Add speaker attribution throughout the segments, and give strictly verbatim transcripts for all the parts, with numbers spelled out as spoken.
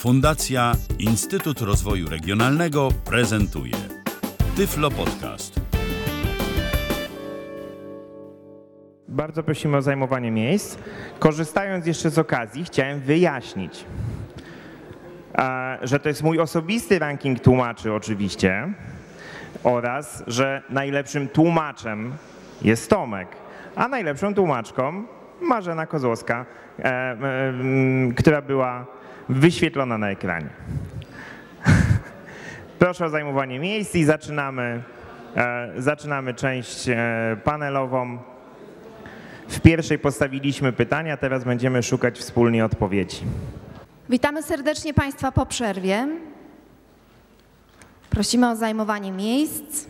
Speaker 1: Fundacja Instytut Rozwoju Regionalnego prezentuje Tyflo Podcast.
Speaker 2: Bardzo prosimy o zajmowanie miejsc. Korzystając jeszcze z okazji, chciałem wyjaśnić, że to jest mój osobisty ranking tłumaczy oczywiście oraz, że najlepszym tłumaczem jest Tomek, a najlepszą tłumaczką Marzena Kozłowska, e, e, która była wyświetlona na ekranie. Proszę o zajmowanie miejsc i zaczynamy, e, zaczynamy część e, panelową. W pierwszej postawiliśmy pytania, teraz będziemy szukać wspólnie odpowiedzi.
Speaker 3: Witamy serdecznie Państwa po przerwie. Prosimy o zajmowanie miejsc.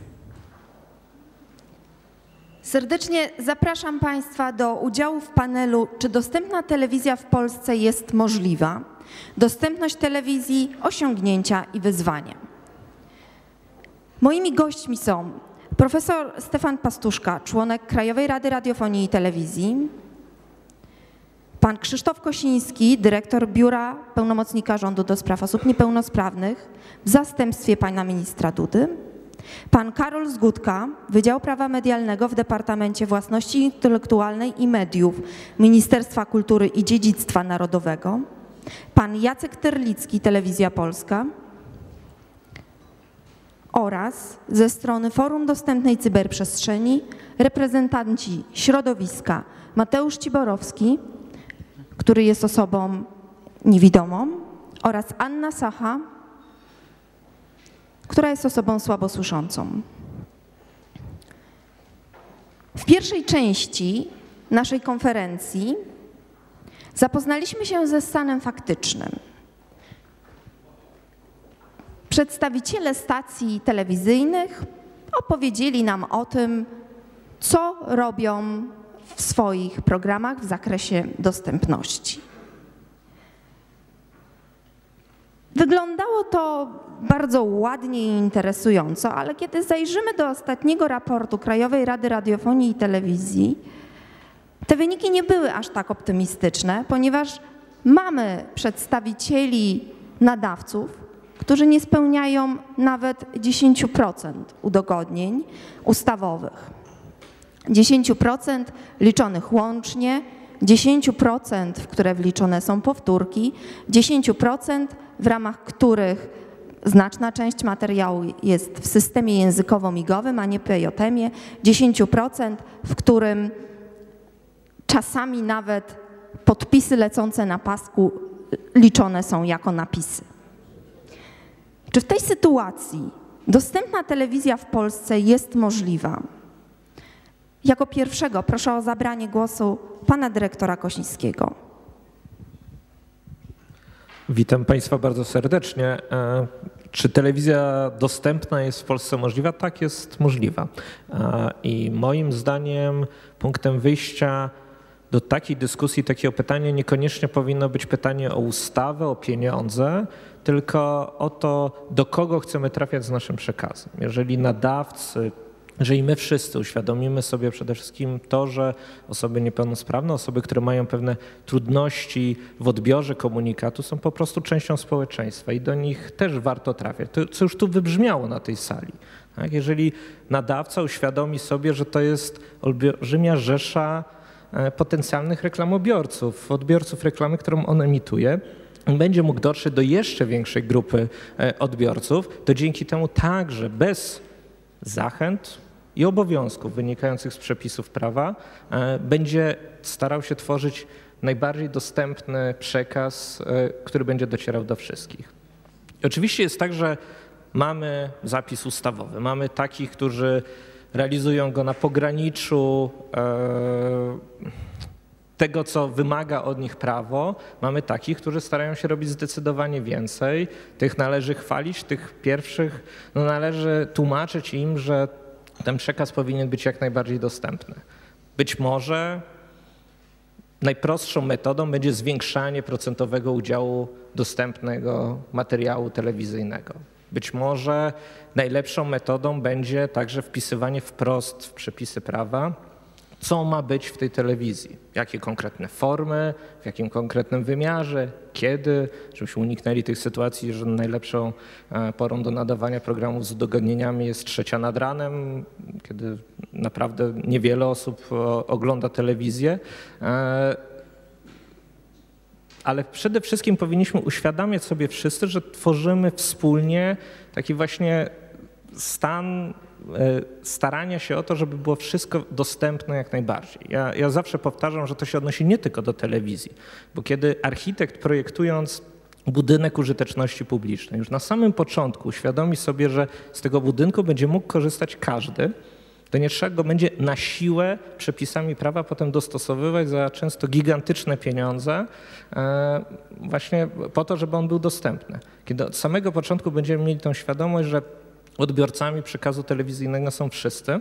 Speaker 3: Serdecznie zapraszam Państwa do udziału w panelu Czy dostępna telewizja w Polsce jest możliwa? Dostępność telewizji, osiągnięcia i wyzwania. Moimi gośćmi są profesor Stefan Pastuszka, członek Krajowej Rady Radiofonii i Telewizji, pan Krzysztof Kosiński, dyrektor Biura Pełnomocnika Rządu do Spraw Osób Niepełnosprawnych w zastępstwie pana ministra Dudy, pan Karol Zgódka, Wydział Prawa Medialnego w Departamencie Własności Intelektualnej i Mediów Ministerstwa Kultury i Dziedzictwa Narodowego, pan Jacek Terlicki, Telewizja Polska oraz ze strony Forum Dostępnej Cyberprzestrzeni reprezentanci środowiska Mateusz Ciborowski, który jest osobą niewidomą, oraz Anna Sacha, która jest osobą słabosłyszącą. W pierwszej części naszej konferencji zapoznaliśmy się ze stanem faktycznym. Przedstawiciele stacji telewizyjnych opowiedzieli nam o tym, co robią w swoich programach w zakresie dostępności. Wyglądało to bardzo ładnie i interesująco, ale kiedy zajrzymy do ostatniego raportu Krajowej Rady Radiofonii i Telewizji, te wyniki nie były aż tak optymistyczne, ponieważ mamy przedstawicieli nadawców, którzy nie spełniają nawet dziesięć procent udogodnień ustawowych. dziesięć procent liczonych łącznie, dziesięć procent, w które wliczone są powtórki, dziesięć procent, w ramach których znaczna część materiału jest w systemie językowo-migowym, a nie P J M-ie, dziesięć procent, w którym czasami nawet podpisy lecące na pasku liczone są jako napisy. Czy w tej sytuacji dostępna telewizja w Polsce jest możliwa? Jako pierwszego proszę o zabranie głosu pana dyrektora Kosińskiego.
Speaker 4: Witam Państwa bardzo serdecznie. Czy telewizja dostępna jest w Polsce możliwa? Tak, jest możliwa. I moim zdaniem punktem wyjścia do takiej dyskusji, takiego pytania niekoniecznie powinno być pytanie o ustawę, o pieniądze, tylko o to, do kogo chcemy trafiać z naszym przekazem. Jeżeli nadawcy, jeżeli my wszyscy uświadomimy sobie przede wszystkim to, że osoby niepełnosprawne, osoby, które mają pewne trudności w odbiorze komunikatu, są po prostu częścią społeczeństwa i do nich też warto trafiać. To, co już tu wybrzmiało na tej sali. Tak? Jeżeli nadawca uświadomi sobie, że to jest olbrzymia rzesza potencjalnych reklamobiorców, odbiorców reklamy, którą on emituje, będzie mógł dotrzeć do jeszcze większej grupy odbiorców, to dzięki temu także bez zachęt i obowiązków wynikających z przepisów prawa będzie starał się tworzyć najbardziej dostępny przekaz, który będzie docierał do wszystkich. I oczywiście jest tak, że mamy zapis ustawowy, mamy takich, którzy realizują go na pograniczu tego, co wymaga od nich prawo. Mamy takich, którzy starają się robić zdecydowanie więcej. Tych należy chwalić, tych pierwszych no należy tłumaczyć im, że ten przekaz powinien być jak najbardziej dostępny. Być może najprostszą metodą będzie zwiększanie procentowego udziału dostępnego materiału telewizyjnego. Być może najlepszą metodą będzie także wpisywanie wprost w przepisy prawa co ma być w tej telewizji, jakie konkretne formy, w jakim konkretnym wymiarze, kiedy, żebyśmy uniknęli tych sytuacji, że najlepszą porą do nadawania programów z udogodnieniami jest trzecia nad ranem, kiedy naprawdę niewiele osób ogląda telewizję. Ale przede wszystkim powinniśmy uświadamiać sobie wszyscy, że tworzymy wspólnie taki właśnie stan starania się o to, żeby było wszystko dostępne jak najbardziej. Ja, ja zawsze powtarzam, że to się odnosi nie tylko do telewizji, bo kiedy architekt projektując budynek użyteczności publicznej już na samym początku uświadomi sobie, że z tego budynku będzie mógł korzystać każdy, to nie trzeba go będzie na siłę przepisami prawa potem dostosowywać za często gigantyczne pieniądze właśnie po to, żeby on był dostępny. Kiedy od samego początku będziemy mieli tą świadomość, że odbiorcami przekazu telewizyjnego są wszyscy,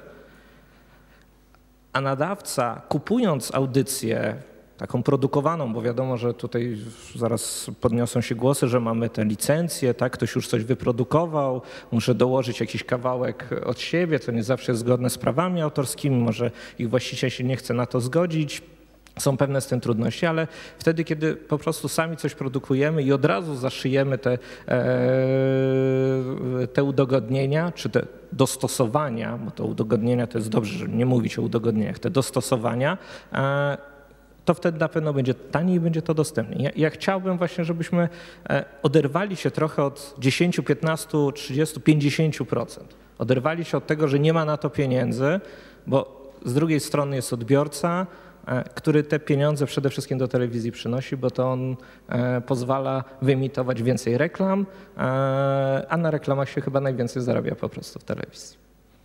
Speaker 4: a nadawca kupując audycję taką produkowaną, bo wiadomo, że tutaj zaraz podniosą się głosy, że mamy te licencje, tak, ktoś już coś wyprodukował, muszę dołożyć jakiś kawałek od siebie, to nie zawsze jest zgodne z prawami autorskimi, może ich właściciel się nie chce na to zgodzić. Są pewne z tym trudności, ale wtedy, kiedy po prostu sami coś produkujemy i od razu zaszyjemy te, e, te udogodnienia, czy te dostosowania, bo to udogodnienia to jest dobrze, żeby nie mówić o udogodnieniach, te dostosowania, e, to wtedy na pewno będzie taniej i będzie to dostępne. Ja, ja chciałbym właśnie, żebyśmy oderwali się trochę od dziesięć, piętnaście, trzydzieści, pięćdziesiąt procent. Oderwali się od tego, że nie ma na to pieniędzy, bo z drugiej strony jest odbiorca, który te pieniądze przede wszystkim do telewizji przynosi, bo to on pozwala wyemitować więcej reklam, a na reklamach się chyba najwięcej zarabia po prostu w telewizji.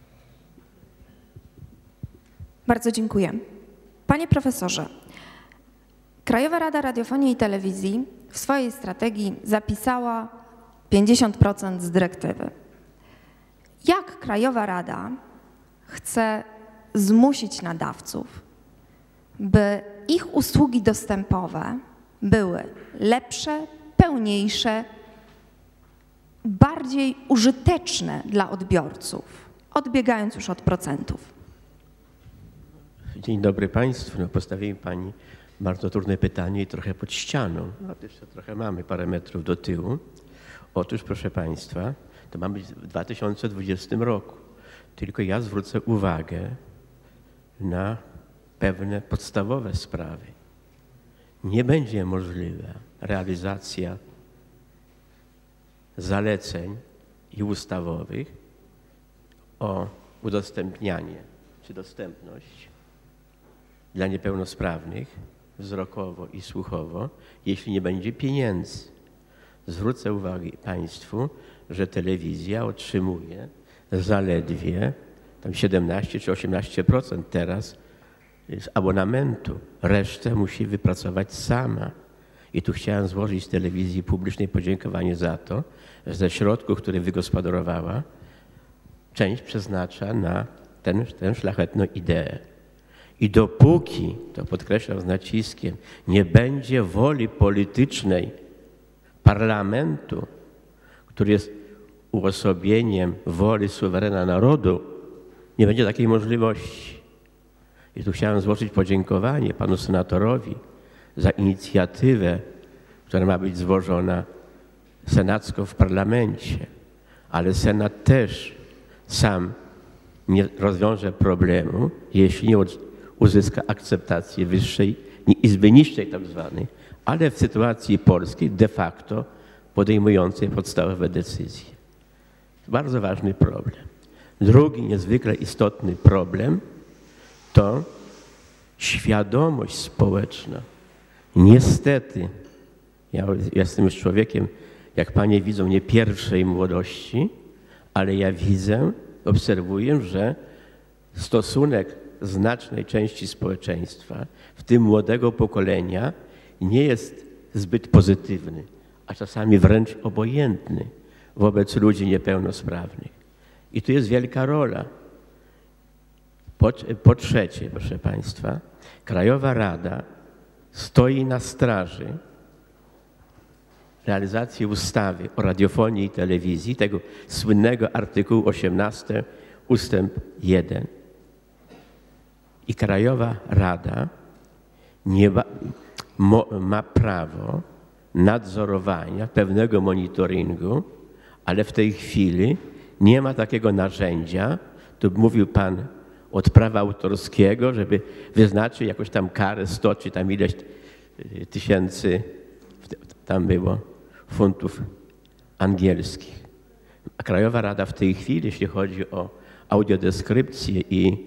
Speaker 3: Bardzo dziękuję. Panie profesorze, Krajowa Rada Radiofonii i Telewizji w swojej strategii zapisała pięćdziesiąt procent z dyrektywy. Jak Krajowa Rada chce zmusić nadawców, by ich usługi dostępowe były lepsze, pełniejsze, bardziej użyteczne dla odbiorców, odbiegając już od procentów?
Speaker 5: Dzień dobry Państwu. No, postawiła Pani bardzo trudne pytanie i trochę pod ścianą. No, jeszcze trochę mamy parę metrów do tyłu. Otóż, proszę Państwa, to ma być w dwa tysiące dwudziestym roku. Tylko ja zwrócę uwagę na pewne podstawowe sprawy. Nie będzie możliwa realizacja zaleceń i ustawowych o udostępnianie czy dostępność dla niepełnosprawnych wzrokowo i słuchowo, jeśli nie będzie pieniędzy. Zwrócę uwagę Państwu, że telewizja otrzymuje zaledwie tam siedemnaście czy osiemnaście procent teraz z abonamentu. Resztę musi wypracować sama. I tu chciałem złożyć telewizji publicznej podziękowanie za to, że ze środków, które wygospodarowała, część przeznacza na ten, tę szlachetną ideę. I dopóki, to podkreślam z naciskiem, nie będzie woli politycznej parlamentu, który jest uosobieniem woli suwerena narodu, nie będzie takiej możliwości. I tu chciałem złożyć podziękowanie panu senatorowi za inicjatywę, która ma być złożona senacko w parlamencie, ale Senat też sam nie rozwiąże problemu, jeśli nie uzyska akceptacji wyższej Izby Niższej tak zwanej, ale w sytuacji polskiej de facto podejmującej podstawowe decyzje. Bardzo ważny problem. Drugi niezwykle istotny problem to świadomość społeczna. Niestety, ja jestem już człowiekiem, jak panie widzą, nie pierwszej młodości, ale ja widzę, obserwuję, że stosunek znacznej części społeczeństwa, w tym młodego pokolenia, nie jest zbyt pozytywny, a czasami wręcz obojętny wobec ludzi niepełnosprawnych. I tu jest wielka rola. Po, po trzecie, proszę Państwa, Krajowa Rada stoi na straży realizacji ustawy o radiofonii i telewizji, tego słynnego artykułu osiemnastego ustęp jeden. I Krajowa Rada nie ma, mo, ma prawo nadzorowania, pewnego monitoringu, ale w tej chwili nie ma takiego narzędzia, tu mówił pan od prawa autorskiego, żeby wyznaczyć jakąś tam karę sto czy tam ileś tysięcy, tam było, funtów angielskich. A Krajowa Rada w tej chwili, jeśli chodzi o audiodeskrypcję i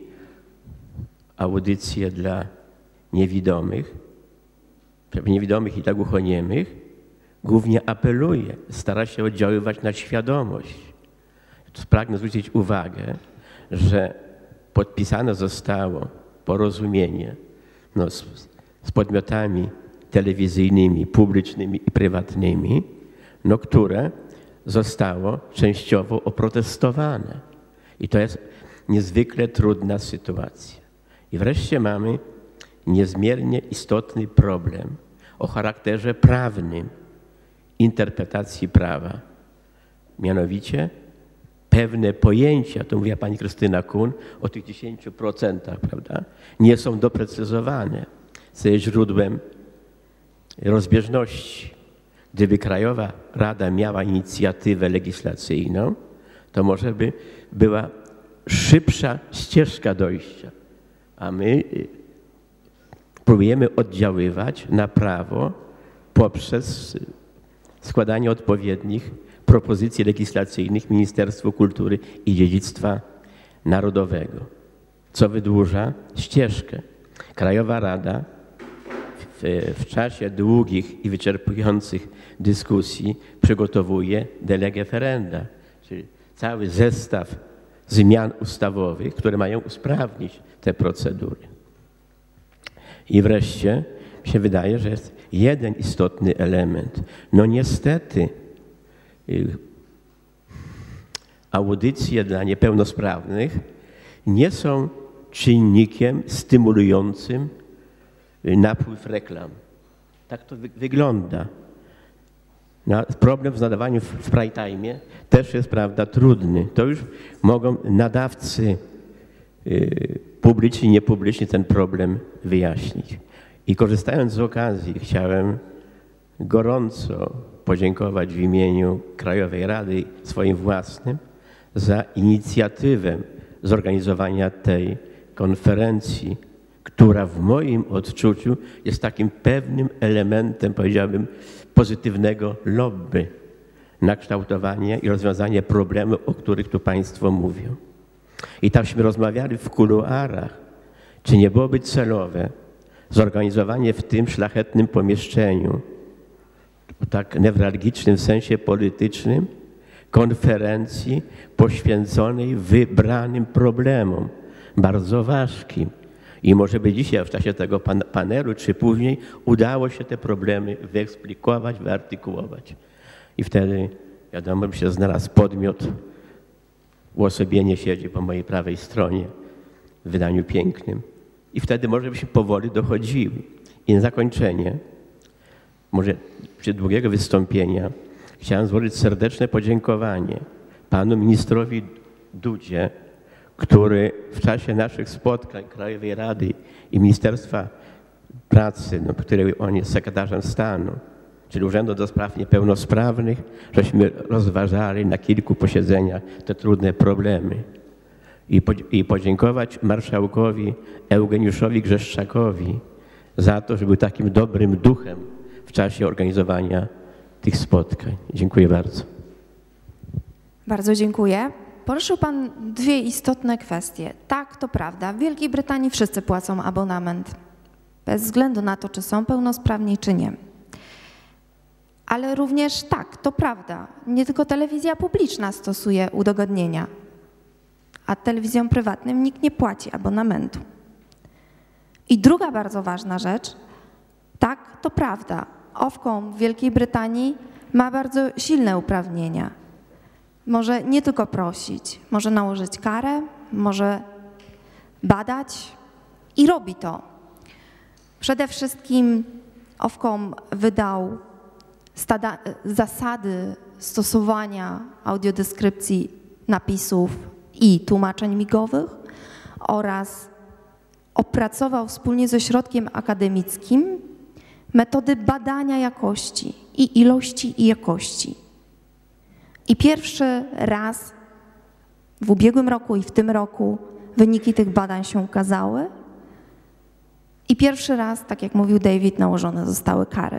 Speaker 5: audycje dla niewidomych, niewidomych i dla głuchoniemych, głównie apeluje, stara się oddziaływać na świadomość. Pragnę zwrócić uwagę, że podpisane zostało porozumienie no, z, z podmiotami telewizyjnymi, publicznymi i prywatnymi, no, które zostało częściowo oprotestowane. I to jest niezwykle trudna sytuacja. I wreszcie mamy niezmiernie istotny problem o charakterze prawnym interpretacji prawa. Mianowicie pewne pojęcia, to mówiła pani Krystyna Kun, o tych dziesięciu procentach, prawda, nie są doprecyzowane, co jest źródłem rozbieżności. Gdyby Krajowa Rada miała inicjatywę legislacyjną, to może by była szybsza ścieżka dojścia, a my próbujemy oddziaływać na prawo poprzez składanie odpowiednich propozycji legislacyjnych Ministerstwu Kultury i Dziedzictwa Narodowego, co wydłuża ścieżkę. Krajowa Rada w, w czasie długich i wyczerpujących dyskusji przygotowuje de lege ferenda, czyli cały zestaw zmian ustawowych, które mają usprawnić te procedury. I wreszcie mi się wydaje, że jest jeden istotny element. No niestety audycje dla niepełnosprawnych nie są czynnikiem stymulującym napływ reklam. Tak to wy wygląda. No, problem z nadawaniem w, w prime time też jest, prawda, trudny. To już mogą nadawcy yy, publiczni, niepubliczni ten problem wyjaśnić. I korzystając z okazji chciałem gorąco podziękować w imieniu Krajowej Rady swoim własnym za inicjatywę zorganizowania tej konferencji, która w moim odczuciu jest takim pewnym elementem, powiedziałbym, pozytywnego lobby na kształtowanie i rozwiązanie problemów, o których tu państwo mówią. I tamśmy rozmawiali w kuluarach, czy nie byłoby celowe zorganizowanie w tym szlachetnym pomieszczeniu, w tak newralgicznym sensie politycznym, konferencji poświęconej wybranym problemom, bardzo ważkim. I może by dzisiaj w czasie tego pan panelu, czy później, udało się te problemy wyeksplikować, wyartykułować. I wtedy, wiadomo, by się znalazł podmiot, uosobienie siedzi po mojej prawej stronie w wydaniu pięknym. I wtedy może byśmy powoli dochodzili. I na zakończenie, może przy długiego wystąpienia, chciałem złożyć serdeczne podziękowanie panu ministrowi Dudzie, który w czasie naszych spotkań Krajowej Rady i Ministerstwa Pracy, no, której on jest sekretarzem stanu, czyli Urzędu do Spraw Niepełnosprawnych, żeśmy rozważali na kilku posiedzeniach te trudne problemy. I, i podziękować marszałkowi Eugeniuszowi Grzeszczakowi za to, że był takim dobrym duchem w czasie organizowania tych spotkań. Dziękuję bardzo.
Speaker 3: Bardzo dziękuję. Poruszył pan dwie istotne kwestie. Tak, to prawda. W Wielkiej Brytanii wszyscy płacą abonament, bez względu na to, czy są pełnosprawni, czy nie. Ale również tak, to prawda. Nie tylko telewizja publiczna stosuje udogodnienia, a telewizjom prywatnym nikt nie płaci abonamentu. I druga bardzo ważna rzecz, tak, to prawda. Ofcom w Wielkiej Brytanii ma bardzo silne uprawnienia. Może nie tylko prosić, może nałożyć karę, może badać i robi to. Przede wszystkim Ofcom wydał stada, zasady stosowania audiodeskrypcji napisów i tłumaczeń migowych oraz opracował wspólnie z ośrodkiem akademickim metody badania jakości i ilości i jakości. I pierwszy raz w ubiegłym roku i w tym roku wyniki tych badań się ukazały. I pierwszy raz, tak jak mówił David, nałożone zostały kary.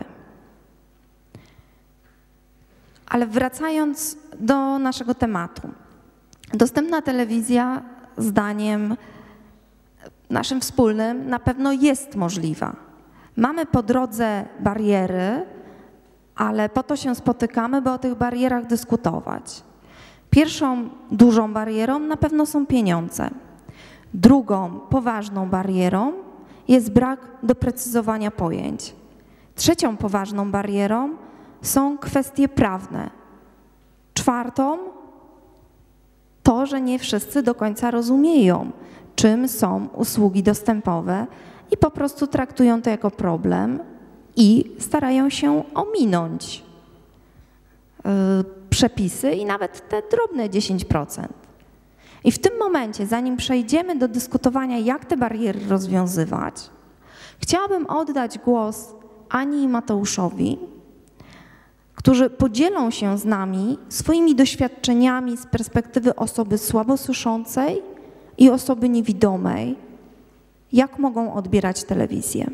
Speaker 3: Ale wracając do naszego tematu. Dostępna telewizja, zdaniem naszym wspólnym, na pewno jest możliwa. Mamy po drodze bariery, ale po to się spotykamy, by o tych barierach dyskutować. Pierwszą dużą barierą na pewno są pieniądze. Drugą poważną barierą jest brak doprecyzowania pojęć. Trzecią poważną barierą są kwestie prawne. Czwartą to, że nie wszyscy do końca rozumieją, czym są usługi dostępowe i po prostu traktują to jako problem i starają się ominąć yy, przepisy i nawet te drobne dziesięć procent. I w tym momencie, zanim przejdziemy do dyskutowania, jak te bariery rozwiązywać, chciałabym oddać głos Ani i Mateuszowi, którzy podzielą się z nami swoimi doświadczeniami z perspektywy osoby słabosłyszącej i osoby niewidomej, jak mogą odbierać telewizję.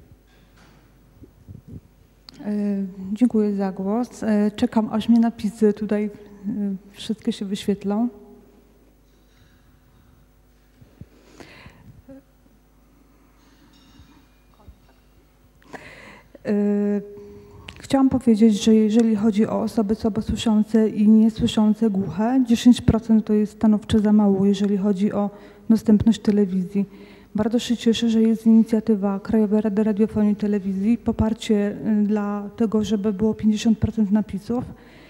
Speaker 6: Dziękuję za głos. Czekam, aż mnie napisy tutaj wszystkie się wyświetlą. Chciałam powiedzieć, że jeżeli chodzi o osoby słabosłyszące i niesłyszące, głuche, dziesięć procent to jest stanowczo za mało, jeżeli chodzi o dostępność telewizji. Bardzo się cieszę, że jest inicjatywa Krajowej Rady Radiofonii i Telewizji, poparcie dla tego, żeby było pięćdziesiąt procent napisów.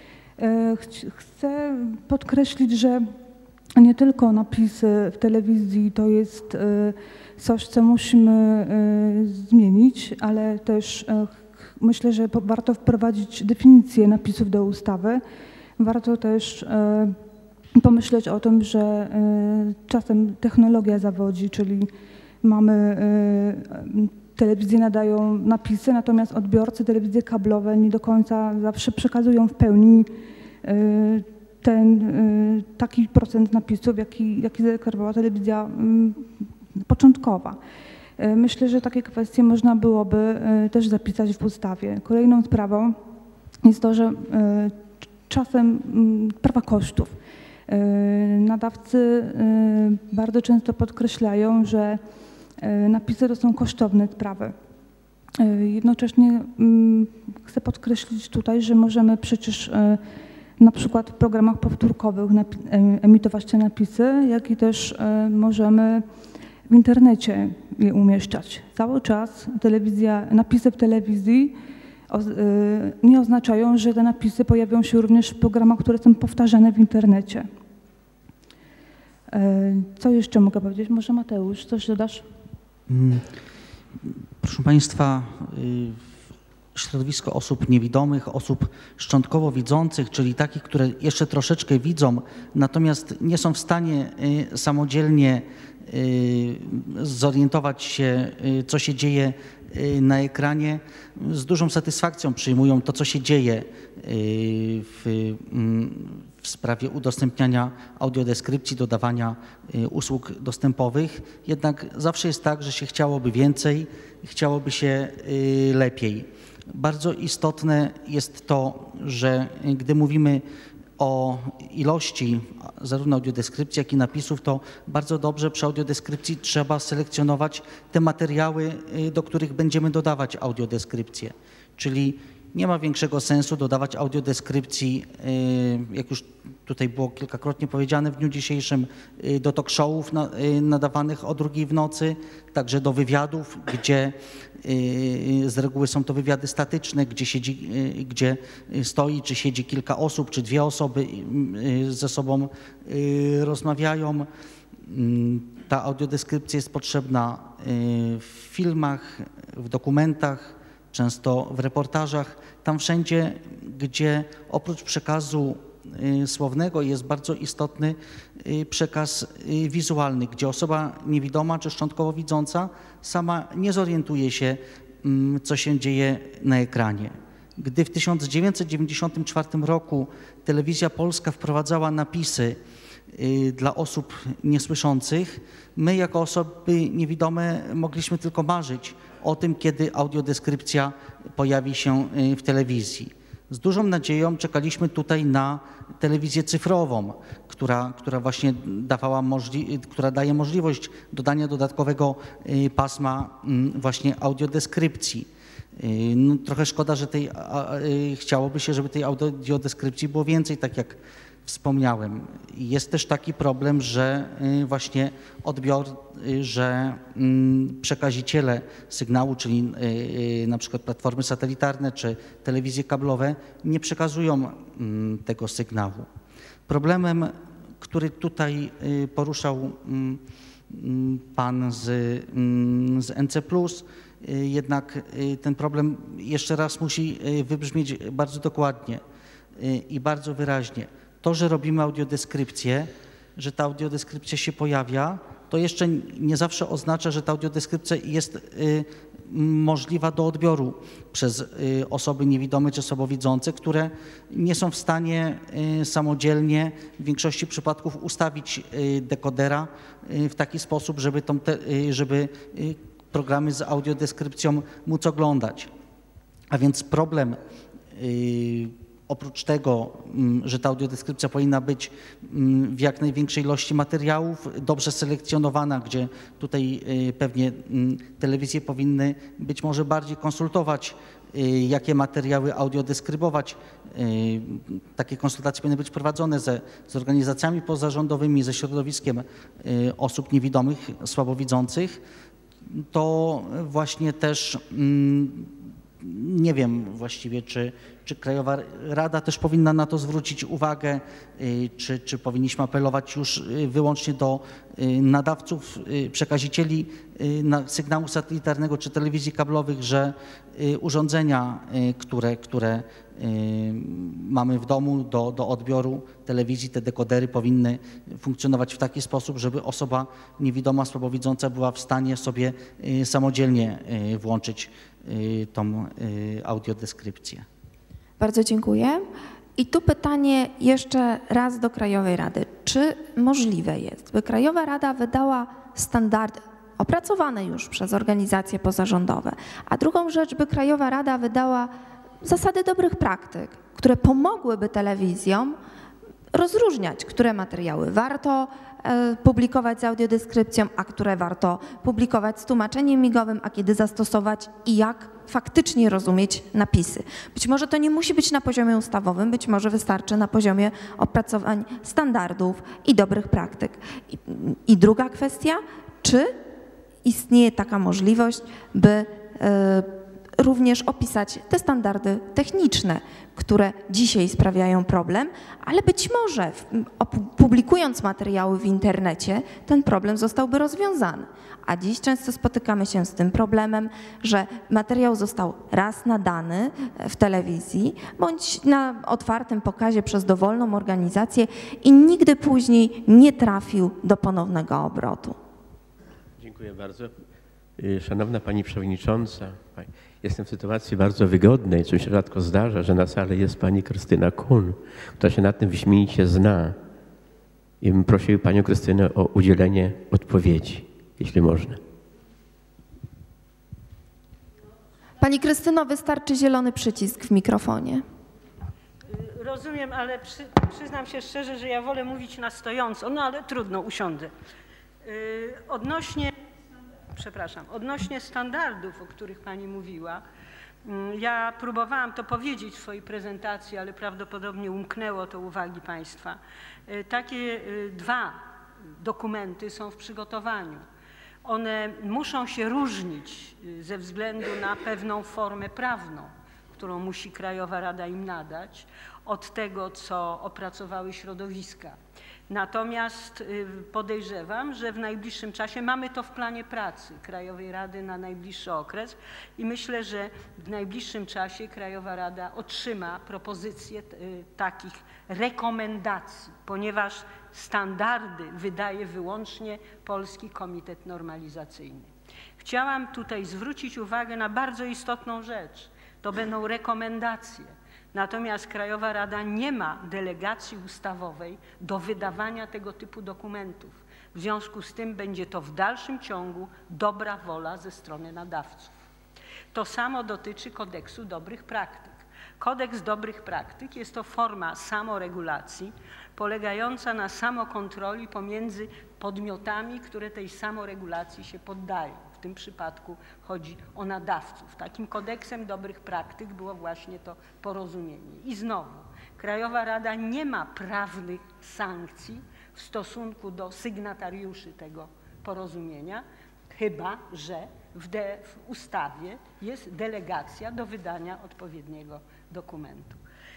Speaker 6: Chcę podkreślić, że nie tylko napisy w telewizji to jest coś, co musimy zmienić, ale też myślę, że warto wprowadzić definicję napisów do ustawy. Warto też pomyśleć o tym, że czasem technologia zawodzi, czyli mamy, telewizje nadają napisy, natomiast odbiorcy, telewizje kablowe nie do końca zawsze przekazują w pełni ten taki procent napisów, jaki, jaki zadeklarowała telewizja początkowa. Myślę, że takie kwestie można byłoby też zapisać w ustawie. Kolejną sprawą jest to, że czasem sprawa kosztów. Nadawcy bardzo często podkreślają, że napisy to są kosztowne sprawy. Jednocześnie chcę podkreślić tutaj, że możemy przecież na przykład w programach powtórkowych emitować te napisy, jak i też możemy w internecie je umieszczać. Cały czas telewizja, napisy w telewizji nie oznaczają, że te napisy pojawią się również w programach, które są powtarzane w internecie. Co jeszcze mogę powiedzieć? Może Mateusz, coś dodasz?
Speaker 7: Proszę Państwa, środowisko osób niewidomych, osób szczątkowo widzących, czyli takich, które jeszcze troszeczkę widzą, natomiast nie są w stanie samodzielnie zorientować się, co się dzieje na ekranie, z dużą satysfakcją przyjmują to, co się dzieje w, w sprawie udostępniania audiodeskrypcji, dodawania usług dostępowych. Jednak zawsze jest tak, że się chciałoby więcej, chciałoby się lepiej. Bardzo istotne jest to, że gdy mówimy o ilości zarówno audiodeskrypcji, jak i napisów, to bardzo dobrze przy audiodeskrypcji trzeba selekcjonować te materiały, do których będziemy dodawać audiodeskrypcję. Czyli nie ma większego sensu dodawać audiodeskrypcji, jak już tutaj było kilkakrotnie powiedziane w dniu dzisiejszym, do talk showów nadawanych o drugiej w nocy, także do wywiadów, gdzie z reguły są to wywiady statyczne, gdzie, siedzi, gdzie stoi czy siedzi kilka osób, czy dwie osoby ze sobą rozmawiają. Ta audiodeskrypcja jest potrzebna w filmach, w dokumentach, często w reportażach, tam wszędzie, gdzie oprócz przekazu słownego jest bardzo istotny przekaz wizualny, gdzie osoba niewidoma czy szczątkowo widząca sama nie zorientuje się, co się dzieje na ekranie. Gdy w tysiąc dziewięćset dziewięćdziesiątym czwartym roku Telewizja Polska wprowadzała napisy dla osób niesłyszących, my jako osoby niewidome mogliśmy tylko marzyć o tym, kiedy audiodeskrypcja pojawi się w telewizji. Z dużą nadzieją czekaliśmy tutaj na telewizję cyfrową, która, która właśnie dawała możli- która daje możliwość dodania dodatkowego pasma właśnie audiodeskrypcji. No, trochę szkoda, że tej, a, chciałoby się, żeby tej audiodeskrypcji było więcej, tak jak wspomniałem. Jest też taki problem, że właśnie odbior, że przekaziciele sygnału, czyli na przykład platformy satelitarne czy telewizje kablowe nie przekazują tego sygnału. Problemem, który tutaj poruszał pan z, z N C plus, jednak ten problem jeszcze raz musi wybrzmieć bardzo dokładnie i bardzo wyraźnie. To, że robimy audiodeskrypcję, że ta audiodeskrypcja się pojawia, to jeszcze nie zawsze oznacza, że ta audiodeskrypcja jest możliwa do odbioru przez osoby niewidome czy słabowidzące, które nie są w stanie samodzielnie w większości przypadków ustawić dekodera w taki sposób, żeby, tą te, żeby programy z audiodeskrypcją móc oglądać. A więc problem oprócz tego, że ta audiodeskrypcja powinna być w jak największej ilości materiałów, dobrze selekcjonowana, gdzie tutaj pewnie telewizje powinny być może bardziej konsultować, jakie materiały audiodeskrybować. Takie konsultacje powinny być prowadzone ze, z organizacjami pozarządowymi, ze środowiskiem osób niewidomych, słabowidzących. To właśnie też nie wiem właściwie, czy, czy Krajowa Rada też powinna na to zwrócić uwagę, czy, czy powinniśmy apelować już wyłącznie do nadawców, przekazicieli sygnału satelitarnego czy telewizji kablowych, że urządzenia, które, które mamy w domu do, do odbioru telewizji, te dekodery powinny funkcjonować w taki sposób, żeby osoba niewidoma, słabowidząca była w stanie sobie samodzielnie włączyć tą audiodeskrypcję.
Speaker 3: Bardzo dziękuję. I tu pytanie jeszcze raz do Krajowej Rady. Czy możliwe jest, by Krajowa Rada wydała standardy opracowane już przez organizacje pozarządowe, a drugą rzecz, by Krajowa Rada wydała zasady dobrych praktyk, które pomogłyby telewizjom rozróżniać, które materiały warto publikować z audiodeskrypcją, a które warto publikować z tłumaczeniem migowym, a kiedy zastosować i jak faktycznie rozumieć napisy. Być może to nie musi być na poziomie ustawowym, być może wystarczy na poziomie opracowań standardów i dobrych praktyk. I, i druga kwestia, czy istnieje taka możliwość, by y, również opisać te standardy techniczne, które dzisiaj sprawiają problem, ale być może w, publikując materiały w internecie, ten problem zostałby rozwiązany. A dziś często spotykamy się z tym problemem, że materiał został raz nadany w telewizji bądź na otwartym pokazie przez dowolną organizację i nigdy później nie trafił do ponownego obrotu.
Speaker 5: Dziękuję bardzo. Szanowna Pani Przewodnicząca, jestem w sytuacji bardzo wygodnej, co się rzadko zdarza, że na sali jest Pani Krystyna Kun, która się na tym wyśmienicie zna. I bym prosił Panią Krystynę o udzielenie odpowiedzi, jeśli można.
Speaker 3: Pani Krystyno, wystarczy zielony przycisk w mikrofonie.
Speaker 8: Rozumiem, ale przy, przyznam się szczerze, że ja wolę mówić na stojąco, no ale trudno, usiądę. Yy, odnośnie, przepraszam, odnośnie standardów, o których Pani mówiła, yy, ja próbowałam to powiedzieć w swojej prezentacji, ale prawdopodobnie umknęło to uwagi Państwa. Yy, takie yy, dwa dokumenty są w przygotowaniu. One muszą się różnić ze względu na pewną formę prawną, którą musi Krajowa Rada im nadać, od tego, co opracowały środowiska. Natomiast podejrzewam, że w najbliższym czasie, mamy to w planie pracy Krajowej Rady na najbliższy okres i myślę, że w najbliższym czasie Krajowa Rada otrzyma propozycje takich rekomendacji, ponieważ standardy wydaje wyłącznie Polski Komitet Normalizacyjny. Chciałam tutaj zwrócić uwagę na bardzo istotną rzecz. To będą rekomendacje. Natomiast Krajowa Rada nie ma delegacji ustawowej do wydawania tego typu dokumentów. W związku z tym będzie to w dalszym ciągu dobra wola ze strony nadawców. To samo dotyczy kodeksu dobrych praktyk. Kodeks dobrych praktyk jest to forma samoregulacji polegająca na samokontroli pomiędzy podmiotami, które tej samoregulacji się poddają. W tym przypadku chodzi o nadawców. Takim kodeksem dobrych praktyk było właśnie to porozumienie. I znowu, Krajowa Rada nie ma prawnych sankcji w stosunku do sygnatariuszy tego porozumienia, chyba że w, de, w ustawie jest delegacja do wydania odpowiedniego dokumentu.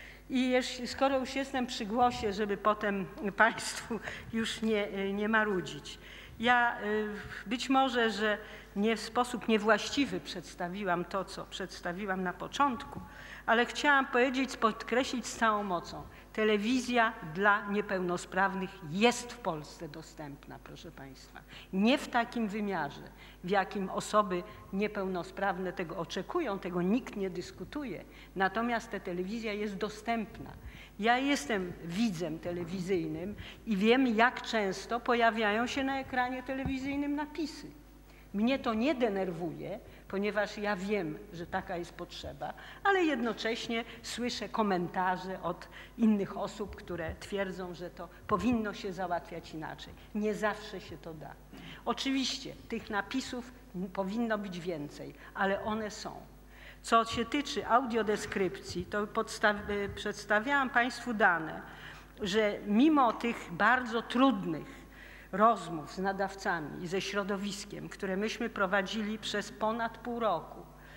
Speaker 8: I jeśli, skoro już jestem przy głosie, żeby potem Państwu już nie, nie marudzić. Ja być może, że nie w sposób niewłaściwy przedstawiłam to, co przedstawiłam na początku, ale chciałam powiedzieć, podkreślić z całą mocą. Telewizja dla niepełnosprawnych jest w Polsce dostępna, proszę Państwa. Nie w takim wymiarze, w jakim osoby niepełnosprawne tego oczekują, tego nikt nie dyskutuje. Natomiast ta telewizja jest dostępna. Ja jestem widzem telewizyjnym i wiem, jak często pojawiają się na ekranie telewizyjnym napisy. Mnie to nie denerwuje, ponieważ ja wiem, że taka jest potrzeba, ale jednocześnie słyszę komentarze od innych osób, które twierdzą, że to powinno się załatwiać inaczej. Nie zawsze się to da. Oczywiście tych napisów powinno być więcej, ale one są. Co się tyczy audiodeskrypcji, to przedstawiałam Państwu dane, że mimo tych bardzo trudnych rozmów z nadawcami i ze środowiskiem, które myśmy prowadzili przez ponad pół roku,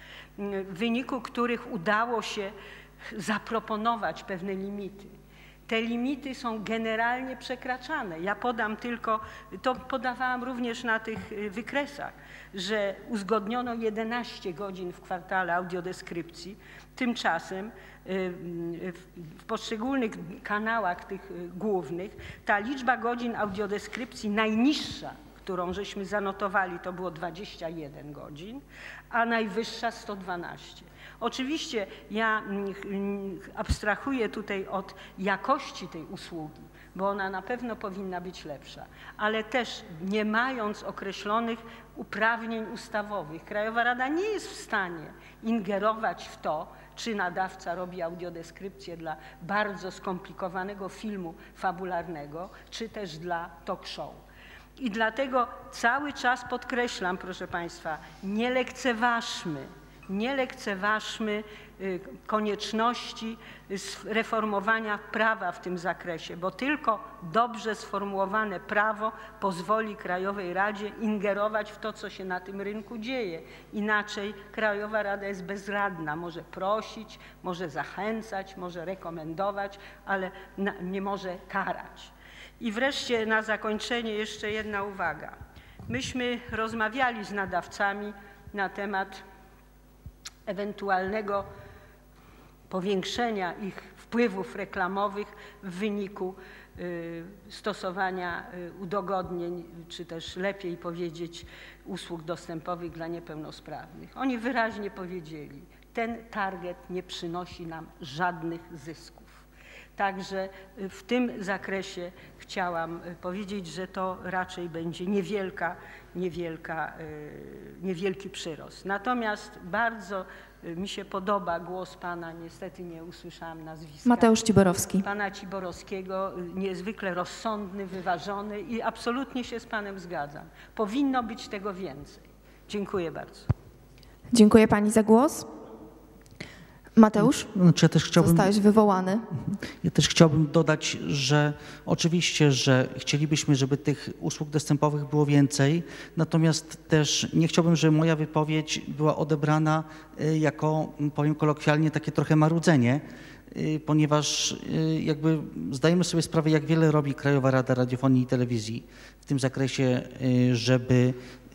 Speaker 8: w wyniku których udało się zaproponować pewne limity. Te limity są generalnie przekraczane. Ja podam tylko, to podawałam również na tych wykresach, że uzgodniono jedenaście godzin w kwartale audiodeskrypcji. Tymczasem w poszczególnych kanałach tych głównych ta liczba godzin audiodeskrypcji najniższa, którą żeśmy zanotowali, to było dwadzieścia jeden godzin, a najwyższa sto dwanaście. Oczywiście ja abstrahuję tutaj od jakości tej usługi, bo ona na pewno powinna być lepsza, ale też nie mając określonych uprawnień ustawowych, Krajowa Rada nie jest w stanie ingerować w to, czy nadawca robi audiodeskrypcję dla bardzo skomplikowanego filmu fabularnego, czy też dla talk show. I dlatego cały czas podkreślam, proszę Państwa, nie lekceważmy, nie lekceważmy konieczności reformowania prawa w tym zakresie, bo tylko dobrze sformułowane prawo pozwoli Krajowej Radzie ingerować w to, co się na tym rynku dzieje. Inaczej Krajowa Rada jest bezradna, może prosić, może zachęcać, może rekomendować, ale nie może karać. I wreszcie na zakończenie jeszcze jedna uwaga. Myśmy rozmawiali z nadawcami na temat ewentualnego powiększenia ich wpływów reklamowych w wyniku stosowania udogodnień, czy też lepiej powiedzieć usług dostępowych dla niepełnosprawnych. Oni wyraźnie powiedzieli, ten target nie przynosi nam żadnych zysków. Także w tym zakresie chciałam powiedzieć, że to raczej będzie niewielka, niewielka, niewielki przyrost. Natomiast bardzo mi się podoba głos pana, niestety nie usłyszałam nazwiska.
Speaker 3: Mateusz Ciborowski.
Speaker 8: Pana Ciborowskiego, niezwykle rozsądny, wyważony i absolutnie się z panem zgadzam. Powinno być tego więcej. Dziękuję bardzo.
Speaker 3: Dziękuję pani za głos. Mateusz,
Speaker 7: znaczy ja też chciałbym,
Speaker 3: zostałeś wywołany.
Speaker 7: Ja też chciałbym dodać, że oczywiście, że chcielibyśmy, żeby tych usług dostępowych było więcej, natomiast też nie chciałbym, żeby moja wypowiedź była odebrana jako, powiem kolokwialnie, takie trochę marudzenie, ponieważ jakby zdajemy sobie sprawę, jak wiele robi Krajowa Rada Radiofonii i Telewizji w tym zakresie, żeby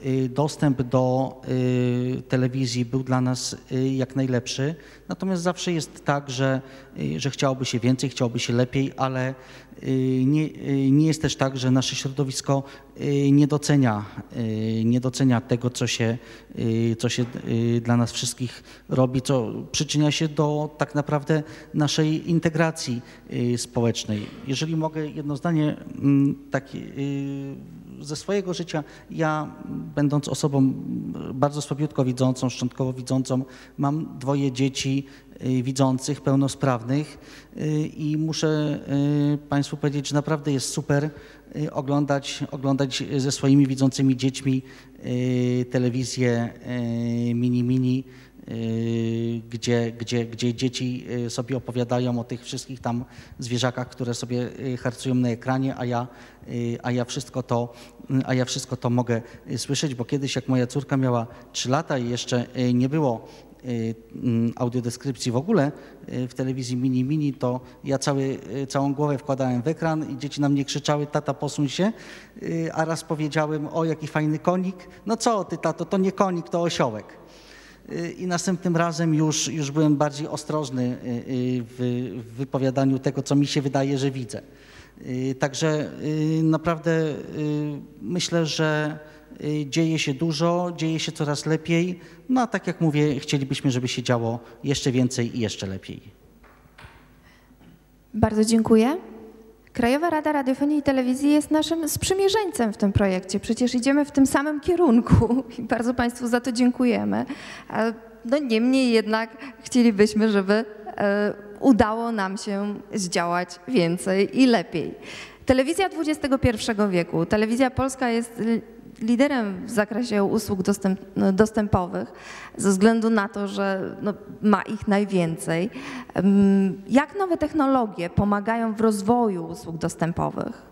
Speaker 7: dostęp do telewizji był dla nas jak najlepszy. Natomiast zawsze jest tak, że, że chciałoby się więcej, chciałoby się lepiej, ale nie, nie jest też tak, że nasze środowisko nie docenia, nie docenia tego, co się, co się dla nas wszystkich robi, co przyczynia się do tak naprawdę naszej integracji społecznej. Jeżeli mogę jedno zdanie tak, ze swojego życia, ja będąc osobą bardzo słabiutko widzącą, szczątkowo widzącą, mam dwoje dzieci widzących, pełnosprawnych i muszę Państwu powiedzieć, że naprawdę jest super oglądać, oglądać ze swoimi widzącymi dziećmi telewizję Mini Mini, gdzie, gdzie, gdzie dzieci sobie opowiadają o tych wszystkich tam zwierzakach, które sobie harcują na ekranie, a ja, a ja wszystko to, a ja wszystko to mogę słyszeć, bo kiedyś jak moja córka miała trzy lata i jeszcze nie było audiodeskrypcji w ogóle w telewizji Mini Mini, to ja cały, całą głowę wkładałem w ekran i dzieci na mnie krzyczały: tata, posuń się, a raz powiedziałem: o, jaki fajny konik. No co ty, tato, to nie konik, to osiołek. I następnym razem już, już byłem bardziej ostrożny w, w wypowiadaniu tego, co mi się wydaje, że widzę. Także naprawdę myślę, że dzieje się dużo, dzieje się coraz lepiej. No a tak jak mówię, chcielibyśmy, żeby się działo jeszcze więcej i jeszcze lepiej.
Speaker 3: Bardzo dziękuję. Krajowa Rada Radiofonii i Telewizji jest naszym sprzymierzeńcem w tym projekcie. Przecież idziemy w tym samym kierunku i bardzo Państwu za to dziękujemy. No niemniej jednak chcielibyśmy, żeby udało nam się zdziałać więcej i lepiej. Telewizja dwudziestego pierwszego wieku. Telewizja Polska jest liderem w zakresie usług dostęp, dostępowych ze względu na to, że no, ma ich najwięcej. Jak nowe technologie pomagają w rozwoju usług dostępowych?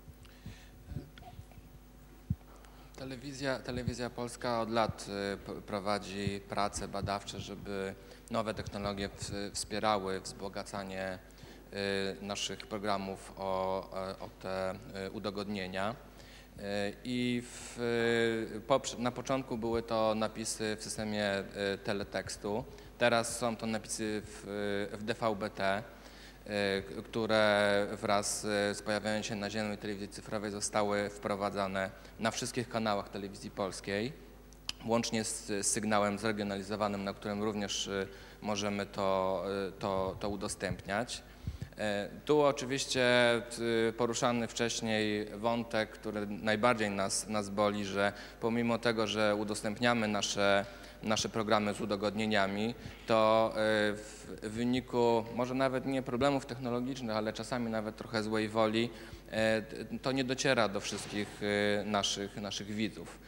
Speaker 9: Telewizja, Telewizja Polska od lat prowadzi prace badawcze, żeby nowe technologie wspierały wzbogacanie naszych programów o, o te udogodnienia. I w, na początku były to napisy w systemie teletekstu, teraz są to napisy w, w D V B T, które wraz z pojawianiem się naziemnej telewizji cyfrowej zostały wprowadzane na wszystkich kanałach telewizji polskiej, łącznie z sygnałem zregionalizowanym, na którym również możemy to, to, to udostępniać. Tu oczywiście poruszany wcześniej wątek, który najbardziej nas, nas boli, że pomimo tego, że udostępniamy nasze, nasze programy z udogodnieniami, to w wyniku może nawet nie problemów technologicznych, ale czasami nawet trochę złej woli, to nie dociera do wszystkich naszych, naszych widzów.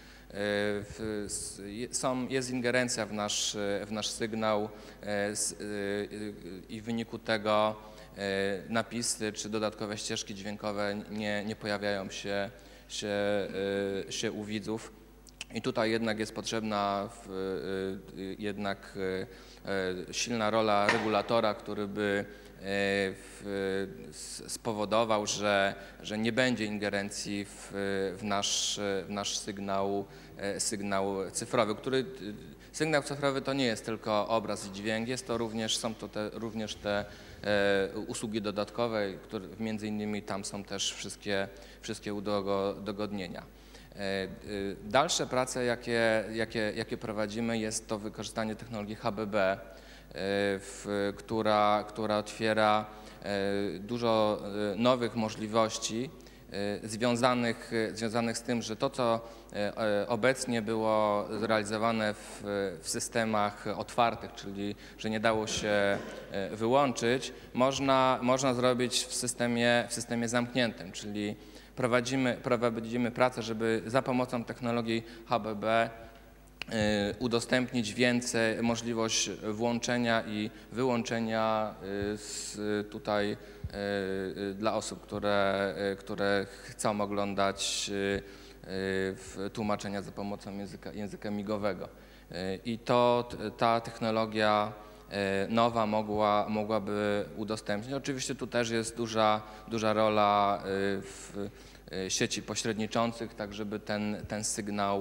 Speaker 9: Są, jest ingerencja w nasz, w nasz sygnał i w wyniku tego napisy czy dodatkowe ścieżki dźwiękowe nie, nie pojawiają się, się, się u widzów. I tutaj jednak jest potrzebna w, jednak silna rola regulatora, który by w, spowodował, że, że nie będzie ingerencji w, w, nasz, w nasz sygnał, sygnał cyfrowy, który sygnał cyfrowy to nie jest tylko obraz i dźwięk, jest to również, są to te, również te usługi dodatkowe, które między innymi tam są też wszystkie, wszystkie udogodnienia. Dalsze prace, jakie, jakie, jakie prowadzimy, jest to wykorzystanie technologii H B B, w, która, która otwiera dużo nowych możliwości związanych, związanych z tym, że to, co obecnie było zrealizowane w, w systemach otwartych, czyli że nie dało się wyłączyć, można, można zrobić w systemie, w systemie zamkniętym, czyli prowadzimy, prowadzimy pracę, żeby za pomocą technologii H B B udostępnić więcej, możliwość włączenia i wyłączenia z, tutaj dla osób, które, które chcą oglądać tłumaczenia za pomocą języka, języka migowego. I to ta technologia nowa mogła, mogłaby udostępnić. Oczywiście tu też jest duża, duża rola w sieci pośredniczących, tak żeby ten, ten sygnał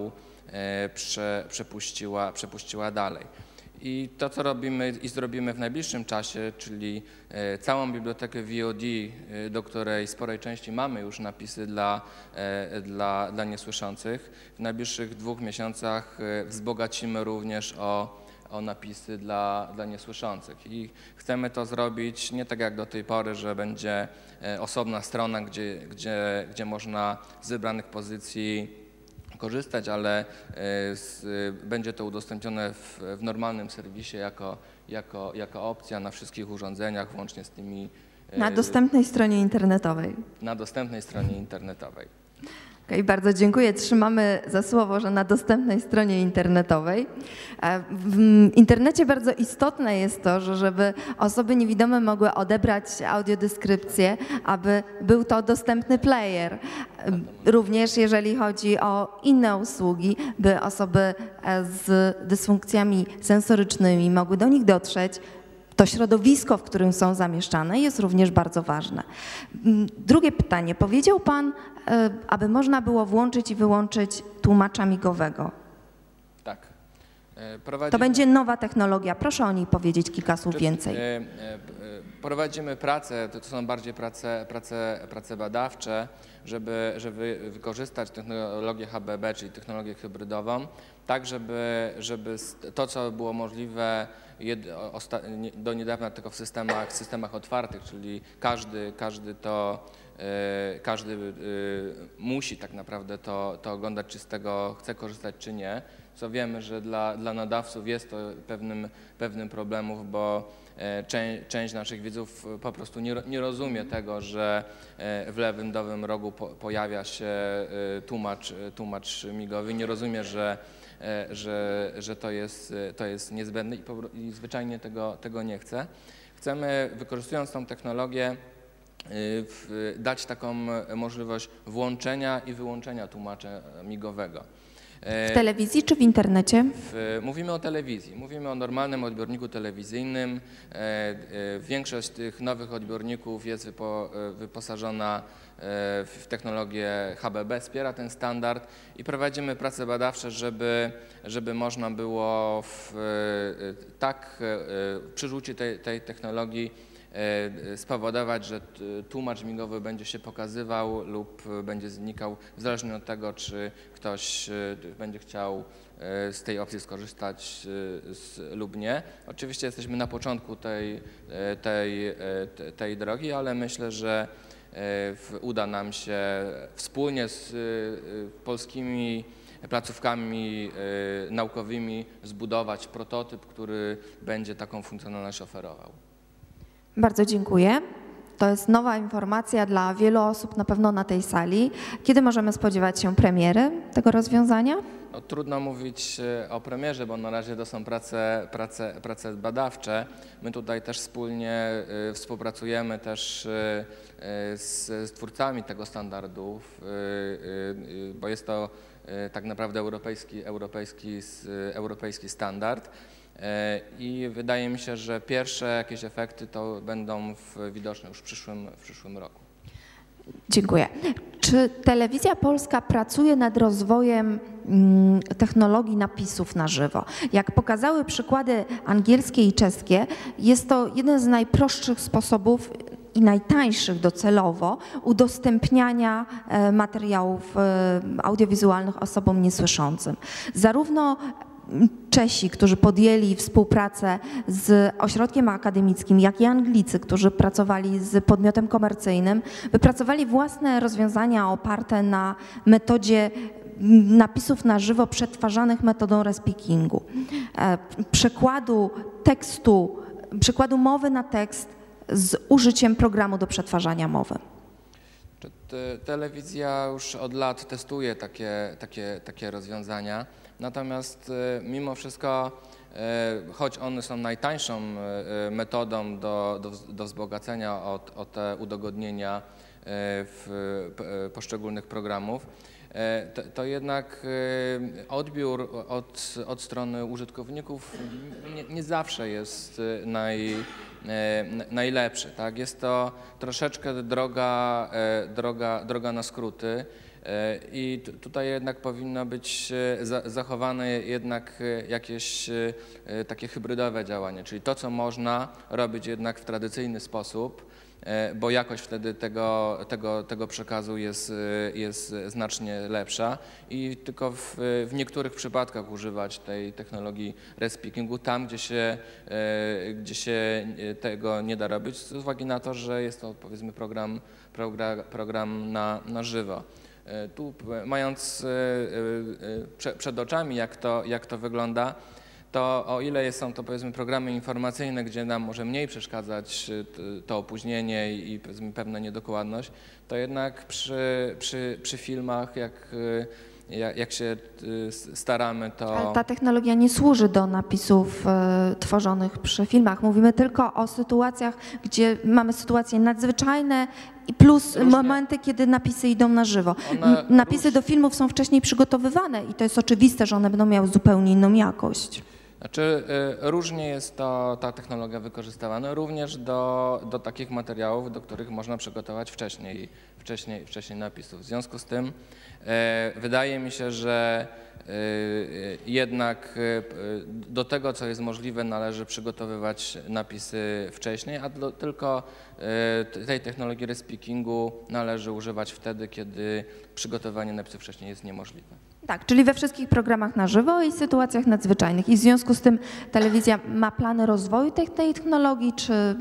Speaker 9: prze, przepuściła, przepuściła dalej. I to, co robimy i zrobimy w najbliższym czasie, czyli całą bibliotekę V O D, do której sporej części mamy już napisy dla, dla, dla niesłyszących, w najbliższych dwóch miesiącach wzbogacimy również o, o napisy dla, dla niesłyszących. I chcemy to zrobić nie tak jak do tej pory, że będzie osobna strona, gdzie, gdzie, gdzie można z wybranych pozycji korzystać, ale z, będzie to udostępnione w, w normalnym serwisie jako, jako, jako opcja na wszystkich urządzeniach, włącznie z tymi...
Speaker 3: Na dostępnej stronie internetowej.
Speaker 9: Na dostępnej stronie internetowej.
Speaker 3: Okay, bardzo dziękuję. Trzymamy za słowo, że na dostępnej stronie internetowej. W internecie bardzo istotne jest to, że żeby osoby niewidome mogły odebrać audiodeskrypcję, aby był to dostępny player. Również jeżeli chodzi o inne usługi, by osoby z dysfunkcjami sensorycznymi mogły do nich dotrzeć. To środowisko, w którym są zamieszczane, jest również bardzo ważne. Drugie pytanie. Powiedział Pan, aby można było włączyć i wyłączyć tłumacza migowego.
Speaker 9: Tak. Prowadzimy...
Speaker 3: To będzie nowa technologia. Proszę o niej powiedzieć kilka słów więcej.
Speaker 9: Prowadzimy pracę, to są bardziej prace, prace, prace badawcze, żeby, żeby wykorzystać technologię H B B, czyli technologię hybrydową, tak żeby, żeby to, co było możliwe do niedawna tylko w systemach, systemach otwartych, czyli każdy, każdy to każdy musi tak naprawdę to, to oglądać, czy z tego chce korzystać, czy nie, co wiemy, że dla, dla nadawców jest to pewnym, pewnym problemem, bo część, część naszych widzów po prostu nie, nie rozumie tego, że w lewym dolnym rogu po, pojawia się tłumacz, tłumacz migowy, nie rozumie, że Że, że to jest, to jest niezbędne i, po, i zwyczajnie tego, tego nie chce. Chcemy, wykorzystując tą technologię, w, dać taką możliwość włączenia i wyłączenia tłumacza migowego.
Speaker 3: W telewizji czy w internecie?
Speaker 9: W, mówimy o telewizji, mówimy o normalnym odbiorniku telewizyjnym. Większość tych nowych odbiorników jest wypo, wyposażona w technologię H B B, wspiera ten standard i prowadzimy prace badawcze, żeby, żeby można było w, tak przy rzucie tej, tej technologii spowodować, że tłumacz migowy będzie się pokazywał lub będzie znikał, zależnie od tego, czy ktoś będzie chciał z tej opcji skorzystać lub nie. Oczywiście jesteśmy na początku tej, tej, tej drogi, ale myślę, że uda nam się wspólnie z polskimi placówkami naukowymi zbudować prototyp, który będzie taką funkcjonalność oferował.
Speaker 3: Bardzo dziękuję. To jest nowa informacja dla wielu osób na pewno na tej sali. Kiedy możemy spodziewać się premiery tego rozwiązania?
Speaker 9: No, trudno mówić o premierze, bo na razie to są prace, prace, prace badawcze. My tutaj też wspólnie y, współpracujemy też y, z, z twórcami tego standardu, y, y, bo jest to y, tak naprawdę europejski, europejski, europejski standard. I wydaje mi się, że pierwsze jakieś efekty to będą widoczne już w przyszłym, w przyszłym roku.
Speaker 3: Dziękuję. Czy Telewizja Polska pracuje nad rozwojem technologii napisów na żywo? Jak pokazały przykłady angielskie i czeskie, jest to jeden z najprostszych sposobów i najtańszych docelowo udostępniania materiałów audiowizualnych osobom niesłyszącym. Zarówno Czesi, którzy podjęli współpracę z ośrodkiem akademickim, jak i Anglicy, którzy pracowali z podmiotem komercyjnym, wypracowali własne rozwiązania oparte na metodzie napisów na żywo przetwarzanych metodą respeakingu, przekładu tekstu, przekładu mowy na tekst z użyciem programu do przetwarzania mowy.
Speaker 9: Telewizja już od lat testuje takie, takie, takie rozwiązania, natomiast mimo wszystko, choć one są najtańszą metodą do, do, do wzbogacenia o, o te udogodnienia w poszczególnych programów, to, to jednak odbiór od, od strony użytkowników nie, nie zawsze jest naj, najlepszy. Tak? Jest to troszeczkę droga, droga, droga na skróty. I tutaj jednak powinno być zachowane jednak jakieś takie hybrydowe działanie, czyli to, co można robić jednak w tradycyjny sposób, bo jakość wtedy tego, tego, tego przekazu jest, jest znacznie lepsza i tylko w, w niektórych przypadkach używać tej technologii respeakingu tam, gdzie się, gdzie się tego nie da robić, z uwagi na to, że jest to powiedzmy program, program, program na, na żywo. Tu mając przed oczami, jak to, jak to wygląda, to o ile są to powiedzmy programy informacyjne, gdzie nam może mniej przeszkadzać to opóźnienie i powiedzmy pewna niedokładność, to jednak przy, przy, przy filmach, jak, jak, jak się staramy, to...
Speaker 3: Ale ta technologia nie służy do napisów y, tworzonych przy filmach. Mówimy tylko o sytuacjach, gdzie mamy sytuacje nadzwyczajne i plus Różnie. momenty, kiedy napisy idą na żywo. One napisy róż... do filmów są wcześniej przygotowywane i to jest oczywiste, że one będą miały zupełnie inną jakość.
Speaker 9: Znaczy, y, różnie jest to, ta technologia wykorzystywana, również do, do takich materiałów, do których można przygotować wcześniej, wcześniej, wcześniej napisów. W związku z tym y, wydaje mi się, że y, jednak y, do tego, co jest możliwe, należy przygotowywać napisy wcześniej, a do, tylko y, tej technologii respeakingu należy używać wtedy, kiedy przygotowanie napisów wcześniej jest niemożliwe.
Speaker 3: Tak, czyli we wszystkich programach na żywo i sytuacjach nadzwyczajnych. I w związku z tym telewizja ma plany rozwoju tej, tej technologii, czy...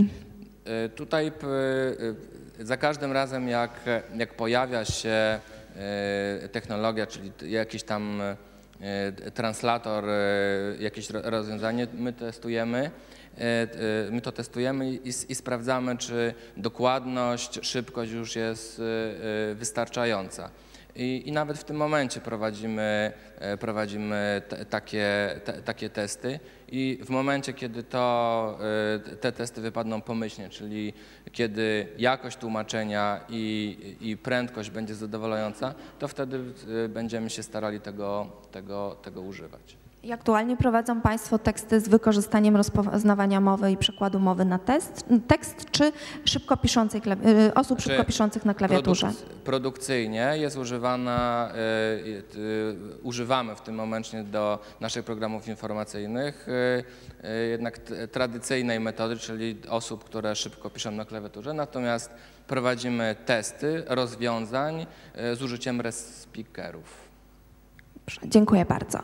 Speaker 9: Tutaj za każdym razem, jak, jak pojawia się technologia, czyli jakiś tam translator, jakieś rozwiązanie, my testujemy, my to testujemy i, i sprawdzamy, czy dokładność, szybkość już jest wystarczająca. I, I nawet w tym momencie prowadzimy, prowadzimy te, takie, te, takie testy i w momencie, kiedy to, te testy wypadną pomyślnie, czyli kiedy jakość tłumaczenia i, i prędkość będzie zadowalająca, to wtedy będziemy się starali tego, tego, tego używać.
Speaker 3: I aktualnie prowadzą Państwo teksty z wykorzystaniem rozpoznawania mowy i przekładu mowy na test, tekst, czy szybko piszącej, osób szybko piszących na klawiaturze?
Speaker 9: Produk produkcyjnie jest używana, y, y, używamy w tym momencie do naszych programów informacyjnych y, y, jednak tradycyjnej metody, czyli osób, które szybko piszą na klawiaturze, natomiast prowadzimy testy rozwiązań y, z użyciem respeakerów.
Speaker 3: Dziękuję bardzo.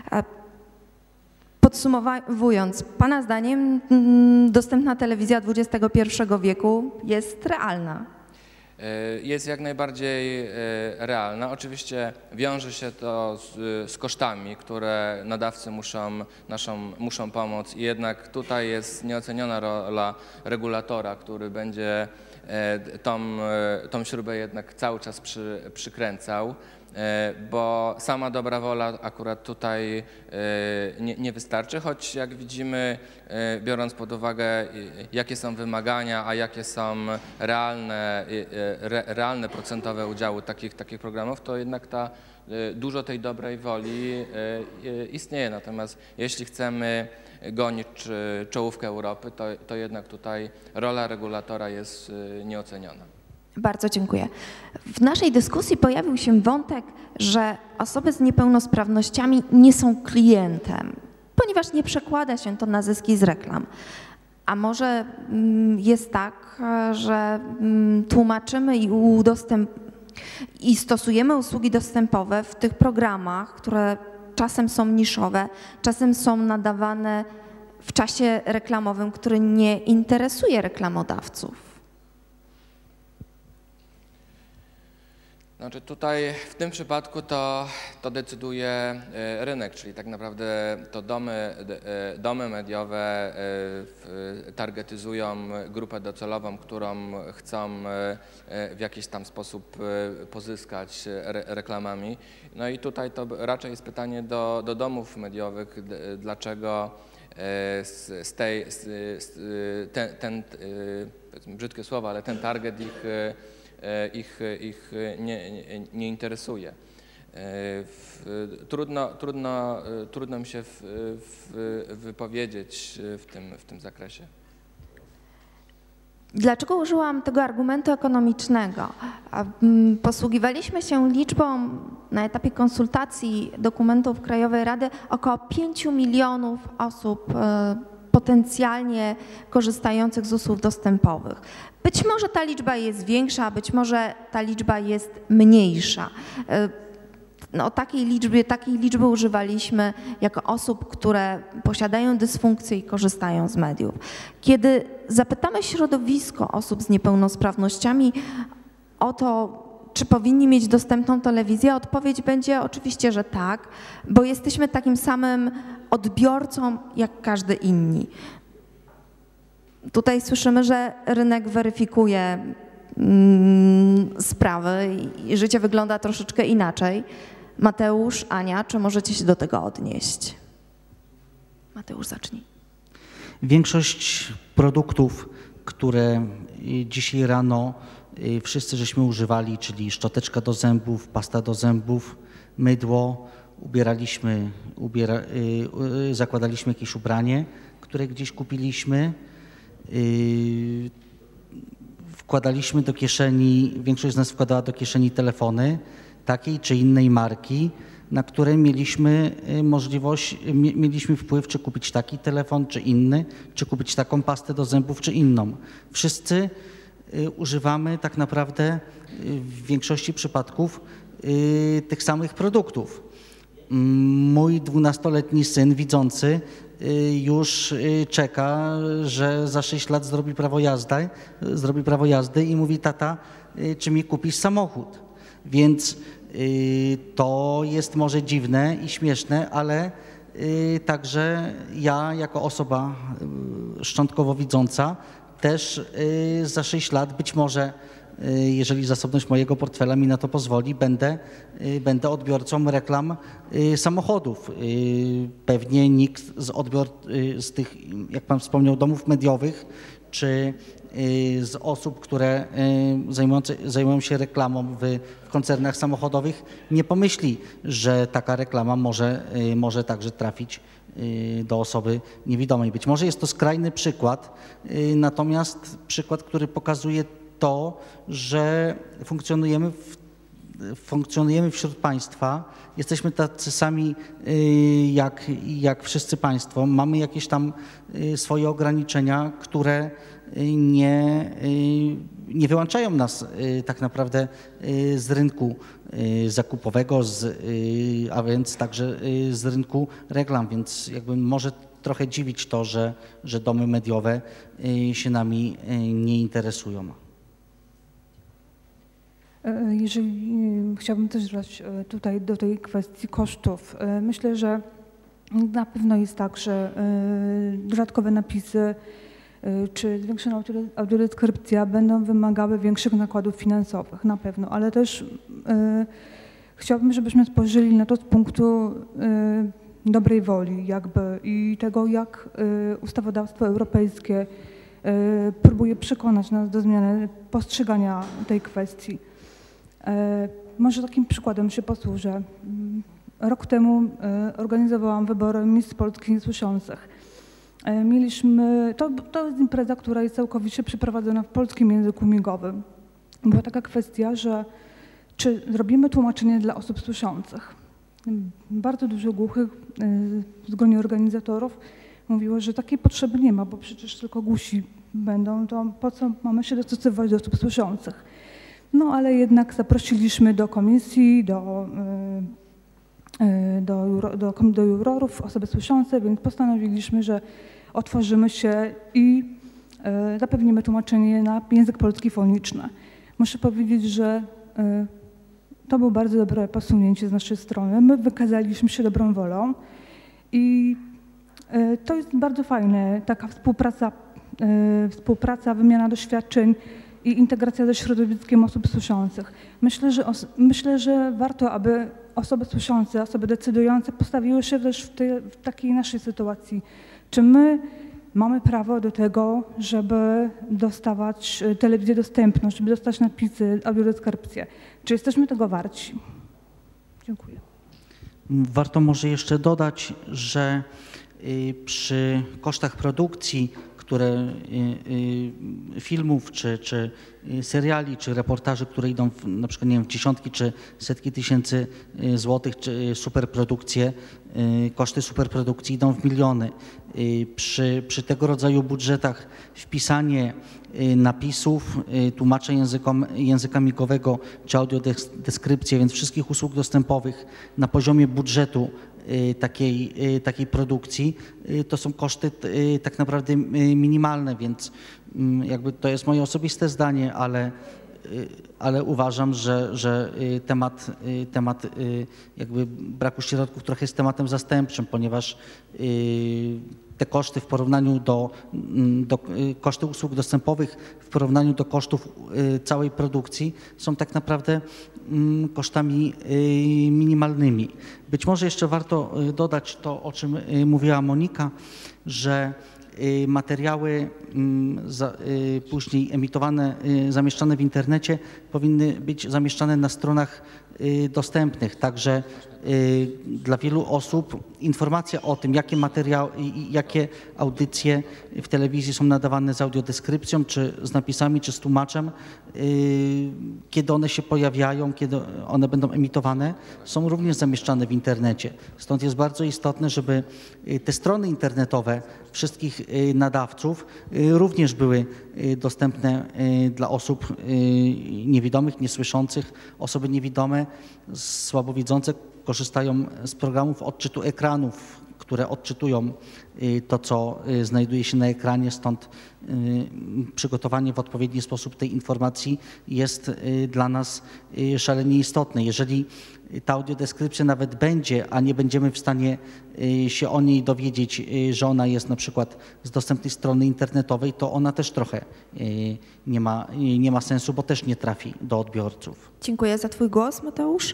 Speaker 3: Podsumowując, Pana zdaniem dostępna telewizja dwudziestego pierwszego wieku jest realna?
Speaker 9: Jest jak najbardziej realna. Oczywiście wiąże się to z, z kosztami, które nadawcy muszą, naszą, muszą pomóc i jednak tutaj jest nieoceniona rola regulatora, który będzie tą, tą śrubę jednak cały czas przy, przykręcał. Bo sama dobra wola akurat tutaj nie, nie wystarczy, choć jak widzimy, biorąc pod uwagę jakie są wymagania, a jakie są realne, re, realne procentowe udziały takich, takich programów, to jednak ta, dużo tej dobrej woli istnieje. Natomiast jeśli chcemy gonić czołówkę Europy, to, to jednak tutaj rola regulatora jest nieoceniona.
Speaker 3: Bardzo dziękuję. W naszej dyskusji pojawił się wątek, że osoby z niepełnosprawnościami nie są klientem, ponieważ nie przekłada się to na zyski z reklam. A może jest tak, że tłumaczymy i, udostęp... i stosujemy usługi dostępowe w tych programach, które czasem są niszowe, czasem są nadawane w czasie reklamowym, który nie interesuje reklamodawców.
Speaker 9: Znaczy tutaj w tym przypadku to, to decyduje rynek, czyli tak naprawdę to domy, domy mediowe targetyzują grupę docelową, którą chcą w jakiś tam sposób pozyskać reklamami. No i tutaj to raczej jest pytanie do, do domów mediowych, dlaczego z, z tej, z, ten, ten brzydkie słowa, ale ten target ich Ich, ich nie, nie, nie interesuje. Trudno, trudno, trudno mi się w, w, wypowiedzieć w tym, w tym zakresie.
Speaker 3: Dlaczego użyłam tego argumentu ekonomicznego? Posługiwaliśmy się liczbą na etapie konsultacji dokumentów Krajowej Rady około pięciu milionów osób potencjalnie korzystających z usług dostępowych. Być może ta liczba jest większa, być może ta liczba jest mniejsza. No, takiej liczby, takiej liczby używaliśmy jako osób, które posiadają dysfunkcje i korzystają z mediów. Kiedy zapytamy środowisko osób z niepełnosprawnościami o to, czy powinni mieć dostępną telewizję, odpowiedź będzie oczywiście, że tak, bo jesteśmy takim samym odbiorcą jak każdy inni. Tutaj słyszymy, że rynek weryfikuje mm, sprawy i życie wygląda troszeczkę inaczej. Mateusz, Ania, czy możecie się do tego odnieść? Mateusz, zacznij.
Speaker 7: Większość produktów, które dzisiaj rano wszyscy żeśmy używali, czyli szczoteczka do zębów, pasta do zębów, mydło, ubieraliśmy, ubiera, zakładaliśmy jakieś ubranie, które gdzieś kupiliśmy, wkładaliśmy do kieszeni, większość z nas wkładała do kieszeni telefony takiej czy innej marki, na które mieliśmy możliwość, mieliśmy wpływ, czy kupić taki telefon, czy inny, czy kupić taką pastę do zębów, czy inną. Wszyscy używamy tak naprawdę w większości przypadków tych samych produktów. Mój dwunastoletni syn widzący już czeka, że za sześć lat zrobi prawo jazdy, zrobi prawo jazdy i mówi: tata, czy mi kupisz samochód? Więc to jest może dziwne i śmieszne, ale także ja jako osoba szczątkowo widząca też za sześć lat być może, jeżeli zasobność mojego portfela mi na to pozwoli, będę, będę odbiorcą reklam samochodów. Pewnie nikt z odbior, z tych, jak pan wspomniał, domów mediowych, czy z osób, które zajmują się reklamą w, w koncernach samochodowych, nie pomyśli, że taka reklama może, może także trafić do osoby niewidomej. Być może jest to skrajny przykład, natomiast przykład, który pokazuje to, że funkcjonujemy, w, funkcjonujemy wśród państwa, jesteśmy tacy sami jak, jak wszyscy państwo, mamy jakieś tam swoje ograniczenia, które nie, nie wyłączają nas tak naprawdę z rynku zakupowego, z, a więc także z rynku reklam, więc jakby może trochę dziwić to, że, że domy mediowe się nami nie interesują.
Speaker 6: Jeżeli chciałabym też wrócić tutaj do tej kwestii kosztów. Myślę, że na pewno jest tak, że dodatkowe napisy czy zwiększona audiodeskrypcja będą wymagały większych nakładów finansowych, na pewno, ale też chciałabym, żebyśmy spojrzeli na to z punktu dobrej woli jakby i tego, jak ustawodawstwo europejskie próbuje przekonać nas do zmiany postrzegania tej kwestii. Może takim przykładem się posłużę. Rok temu organizowałam wybory Miss Polski Niesłyszących. Mieliśmy, to, to jest impreza, która jest całkowicie przeprowadzona w polskim języku migowym. Była taka kwestia, że czy zrobimy tłumaczenie dla osób słyszących. Bardzo dużo głuchych z grona organizatorów mówiło, że takiej potrzeby nie ma, bo przecież tylko głusi będą, to po co mamy się dostosowywać do osób słyszących. No ale jednak zaprosiliśmy do komisji, do, do, do, do jurorów osoby słyszące, więc postanowiliśmy, że otworzymy się i zapewnimy tłumaczenie na język polski foniczny. Muszę powiedzieć, że to było bardzo dobre posunięcie z naszej strony. My wykazaliśmy się dobrą wolą i to jest bardzo fajne, taka współpraca, współpraca, wymiana doświadczeń i integracja ze środowiskiem osób słyszących. Myślę, że, myślę, że warto, aby osoby słyszące, osoby decydujące postawiły się też w, tej, w takiej naszej sytuacji. Czy my mamy prawo do tego, żeby dostawać telewizję dostępną, żeby dostać napisy, audiodeskrypcję? Czy jesteśmy tego warci? Dziękuję.
Speaker 7: Warto może jeszcze dodać, że przy kosztach produkcji, które filmów, czy, czy seriali, czy reportaży, które idą w, na przykład nie wiem, w dziesiątki czy setki tysięcy złotych, czy superprodukcje, koszty superprodukcji idą w miliony. Przy, przy tego rodzaju budżetach wpisanie napisów, tłumaczeń językom, języka migowego czy audiodeskrypcję, więc wszystkich usług dostępowych na poziomie budżetu takiej, takiej produkcji, to są koszty tak naprawdę minimalne, więc jakby to jest moje osobiste zdanie, ale, ale uważam, że, że temat, temat jakby braku środków trochę jest tematem zastępczym, ponieważ te koszty w porównaniu do, do koszty usług dostępowych w porównaniu do kosztów całej produkcji są tak naprawdę kosztami minimalnymi. Być może jeszcze warto dodać to, o czym mówiła Monika, że materiały później emitowane, zamieszczane w internecie powinny być zamieszczane na stronach dostępnych. Także dla wielu osób informacja o tym, jakie materiały i jakie audycje w telewizji są nadawane z audiodeskrypcją, czy z napisami, czy z tłumaczem, kiedy one się pojawiają, kiedy one będą emitowane, są również zamieszczane w internecie. Stąd jest bardzo istotne, żeby te strony internetowe wszystkich nadawców również były dostępne dla osób niewidomych, niesłyszących. Osoby niewidome, słabowidzące korzystają z programów odczytu ekranów, które odczytują to, co znajduje się na ekranie, stąd przygotowanie w odpowiedni sposób tej informacji jest dla nas szalenie istotne. Jeżeli ta audiodeskrypcja nawet będzie, a nie będziemy w stanie się o niej dowiedzieć, że ona jest na przykład z dostępnej strony internetowej, to ona też trochę nie ma, nie ma sensu, bo też nie trafi do odbiorców.
Speaker 3: Dziękuję za Twój głos, Mateusz.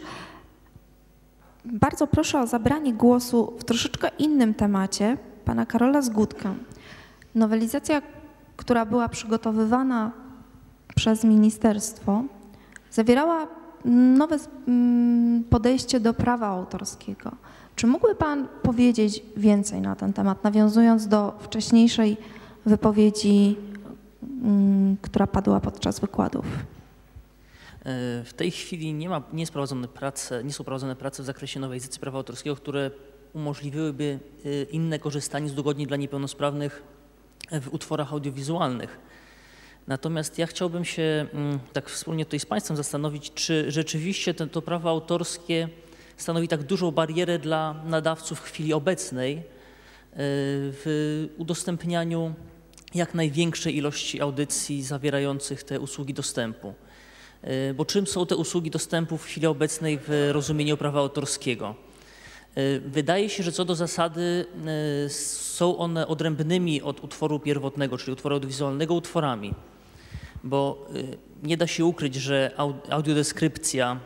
Speaker 3: Bardzo proszę o zabranie głosu w troszeczkę innym temacie pana Karola Zgódkę. Nowelizacja, która była przygotowywana przez ministerstwo, zawierała nowe podejście do prawa autorskiego. Czy mógłby pan powiedzieć więcej na ten temat, nawiązując do wcześniejszej wypowiedzi, która padła podczas wykładów?
Speaker 10: W tej chwili nie, ma, nie, jest prowadzone prace, nie są prowadzone prace w zakresie nowelizacji prawa autorskiego, które umożliwiłyby inne korzystanie z dogodnie dla niepełnosprawnych w utworach audiowizualnych. Natomiast ja chciałbym się tak wspólnie tutaj z Państwem zastanowić, czy rzeczywiście to, to prawo autorskie stanowi tak dużą barierę dla nadawców w chwili obecnej w udostępnianiu jak największej ilości audycji zawierających te usługi dostępu. Bo czym są te usługi dostępu w chwili obecnej w rozumieniu prawa autorskiego? Wydaje się, że co do zasady są one odrębnymi od utworu pierwotnego, czyli utworu audiowizualnego, utworami. Bo nie da się ukryć, że audiodeskrypcja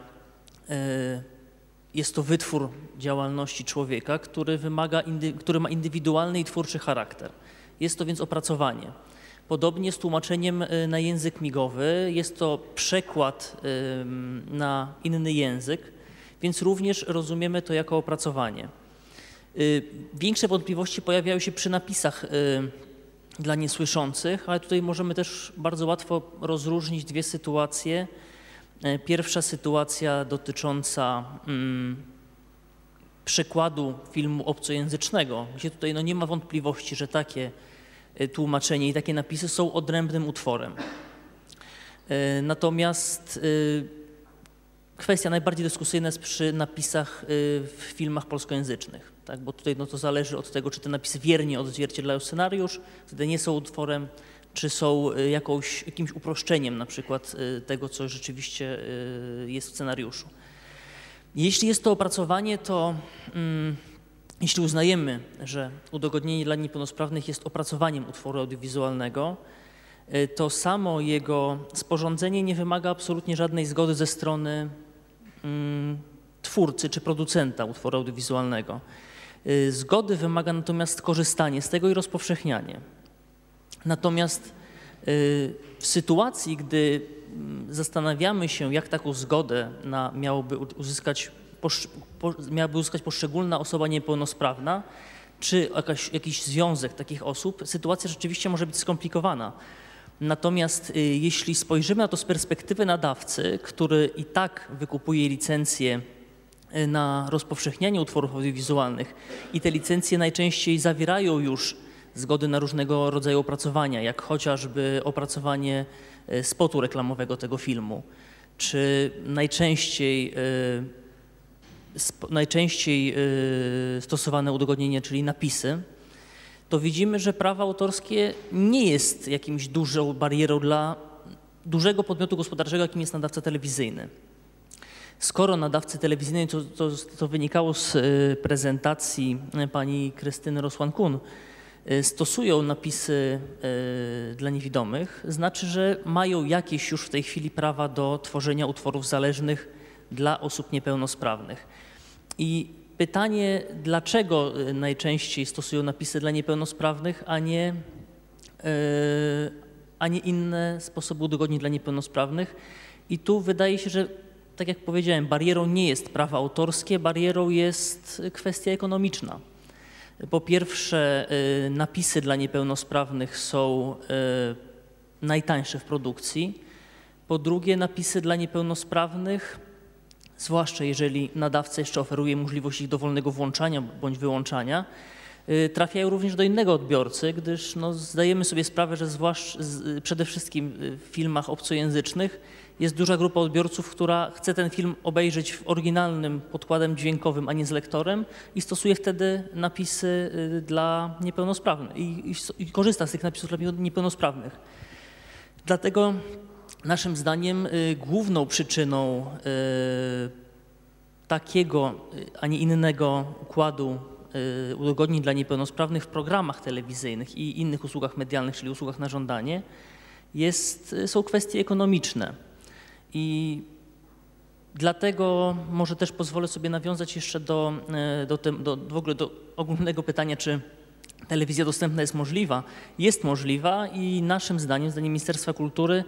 Speaker 10: jest to wytwór działalności człowieka, który wymaga, który ma indywidualny i twórczy charakter. Jest to więc opracowanie. Podobnie z tłumaczeniem na język migowy, jest to przekład na inny język, więc również rozumiemy to jako opracowanie. Większe wątpliwości pojawiają się przy napisach dla niesłyszących, ale tutaj możemy też bardzo łatwo rozróżnić dwie sytuacje. Pierwsza sytuacja dotycząca przekładu filmu obcojęzycznego, gdzie tutaj no nie ma wątpliwości, że takie tłumaczenie i takie napisy są odrębnym utworem. Natomiast kwestia najbardziej dyskusyjna jest przy napisach w filmach polskojęzycznych, tak? Bo tutaj no to zależy od tego, czy te napisy wiernie odzwierciedlają scenariusz, wtedy nie są utworem, czy są jakąś, jakimś uproszczeniem na przykład tego, co rzeczywiście jest w scenariuszu. Jeśli jest to opracowanie, to mm, jeśli uznajemy, że udogodnienie dla niepełnosprawnych jest opracowaniem utworu audiowizualnego, to samo jego sporządzenie nie wymaga absolutnie żadnej zgody ze strony mm, twórcy czy producenta utworu audiowizualnego. Zgody wymaga natomiast korzystanie z tego i rozpowszechnianie. Natomiast w sytuacji, gdy zastanawiamy się, jak taką zgodę na, miałoby uzyskać, miałaby uzyskać poszczególna osoba niepełnosprawna, czy jakaś, jakiś związek takich osób, sytuacja rzeczywiście może być skomplikowana. Natomiast y, jeśli spojrzymy na to z perspektywy nadawcy, który i tak wykupuje licencje y, na rozpowszechnianie utworów audiowizualnych i te licencje najczęściej zawierają już zgody na różnego rodzaju opracowania, jak chociażby opracowanie y, spotu reklamowego tego filmu, czy najczęściej, y, sp, najczęściej y, stosowane udogodnienie, czyli napisy, to widzimy, że prawo autorskie nie jest jakimś dużą barierą dla dużego podmiotu gospodarczego, jakim jest nadawca telewizyjny. Skoro nadawcy telewizyjni, to, to, to wynikało z prezentacji pani Krystyny Rosłan-Kun, stosują napisy dla niewidomych, znaczy, że mają jakieś już w tej chwili prawa do tworzenia utworów zależnych dla osób niepełnosprawnych. I pytanie, dlaczego najczęściej stosują napisy dla niepełnosprawnych, a nie, a nie inne sposoby udogodnień dla niepełnosprawnych. I tu wydaje się, że tak jak powiedziałem, barierą nie jest prawo autorskie, barierą jest kwestia ekonomiczna. Po pierwsze, napisy dla niepełnosprawnych są najtańsze w produkcji. Po drugie, napisy dla niepełnosprawnych, zwłaszcza jeżeli nadawca jeszcze oferuje możliwość ich dowolnego włączania bądź wyłączania, trafiają również do innego odbiorcy, gdyż no, zdajemy sobie sprawę, że zwłaszcza przede wszystkim w filmach obcojęzycznych jest duża grupa odbiorców, która chce ten film obejrzeć w oryginalnym podkładem dźwiękowym, a nie z lektorem i stosuje wtedy napisy dla niepełnosprawnych i, i, i korzysta z tych napisów dla niepełnosprawnych. Dlatego naszym zdaniem główną przyczyną takiego, a nie innego układu udogodnień dla niepełnosprawnych w programach telewizyjnych i innych usługach medialnych, czyli usługach na żądanie, jest, są kwestie ekonomiczne. I dlatego może też pozwolę sobie nawiązać jeszcze do, do, tem, do, w ogóle do ogólnego pytania, czy telewizja dostępna jest możliwa. Jest możliwa i naszym zdaniem, zdaniem Ministerstwa Kultury,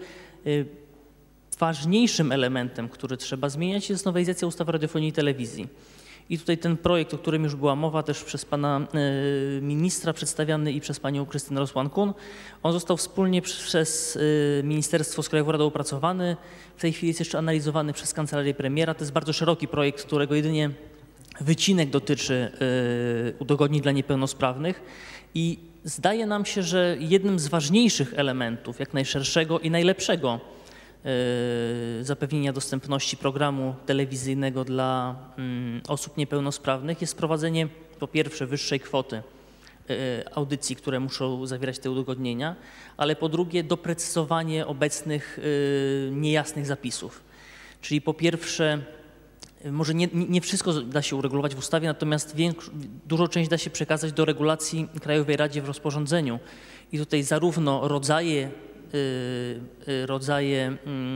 Speaker 10: ważniejszym elementem, który trzeba zmieniać, jest nowelizacja ustawy o radiofonii i telewizji. I tutaj ten projekt, o którym już była mowa też przez pana ministra przedstawiany i przez panią Krystynę Rosłan-Kun, on został wspólnie przez Ministerstwo z Krajową Radą opracowany. W tej chwili jest jeszcze analizowany przez Kancelarię Premiera. To jest bardzo szeroki projekt, którego jedynie wycinek dotyczy udogodnień dla niepełnosprawnych i zdaje nam się, że jednym z ważniejszych elementów, jak najszerszego i najlepszego zapewnienia dostępności programu telewizyjnego dla osób niepełnosprawnych jest wprowadzenie po pierwsze wyższej kwoty audycji, które muszą zawierać te udogodnienia, ale po drugie doprecyzowanie obecnych niejasnych zapisów. Czyli po pierwsze, może nie, nie wszystko da się uregulować w ustawie, natomiast dużą część da się przekazać do regulacji Krajowej Radzie w rozporządzeniu. I tutaj zarówno rodzaje rodzaje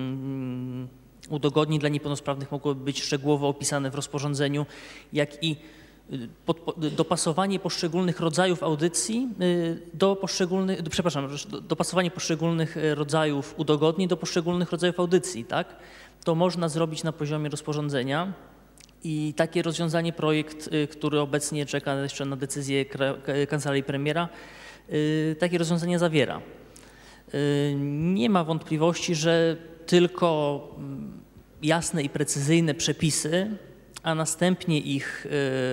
Speaker 10: udogodnień dla niepełnosprawnych mogłyby być szczegółowo opisane w rozporządzeniu, jak i pod, dopasowanie poszczególnych rodzajów audycji do poszczególnych, do, przepraszam, dopasowanie poszczególnych rodzajów udogodnień do poszczególnych rodzajów audycji, tak? To można zrobić na poziomie rozporządzenia i takie rozwiązanie projekt, który obecnie czeka jeszcze na decyzję Kancelarii Premiera, takie rozwiązanie zawiera. Nie ma wątpliwości, że tylko jasne i precyzyjne przepisy, a następnie ich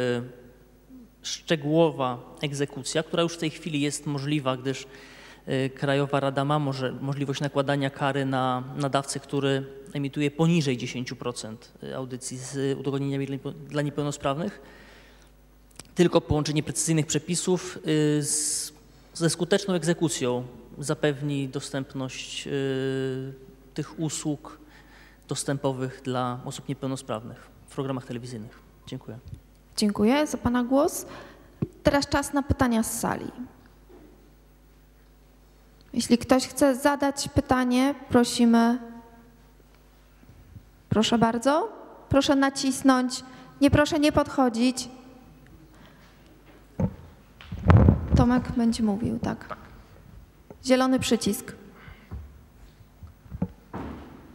Speaker 10: szczegółowa egzekucja, która już w tej chwili jest możliwa, gdyż Krajowa Rada ma może możliwość nakładania kary na nadawcę, który emituje poniżej dziesięć procent audycji z udogodnieniami dla niepełnosprawnych. Tylko połączenie precyzyjnych przepisów z, ze skuteczną egzekucją zapewni dostępność y, tych usług dostępowych dla osób niepełnosprawnych w programach telewizyjnych. Dziękuję.
Speaker 3: Dziękuję za pana głos. Teraz czas na pytania z sali. Jeśli ktoś chce zadać pytanie, prosimy. Proszę bardzo. Proszę nacisnąć. Nie proszę nie podchodzić. Tomek będzie mówił, tak. Zielony przycisk.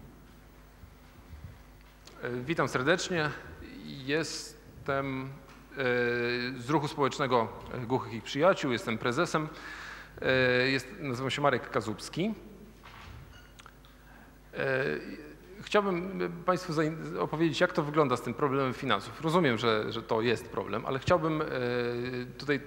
Speaker 11: Witam serdecznie. Jestem z Ruchu Społecznego Głuchych i Przyjaciół, jestem prezesem. Jest, nazywam się Marek Kazubski. Chciałbym Państwu opowiedzieć, jak to wygląda z tym problemem finansów. Rozumiem, że, że to jest problem, ale chciałbym tutaj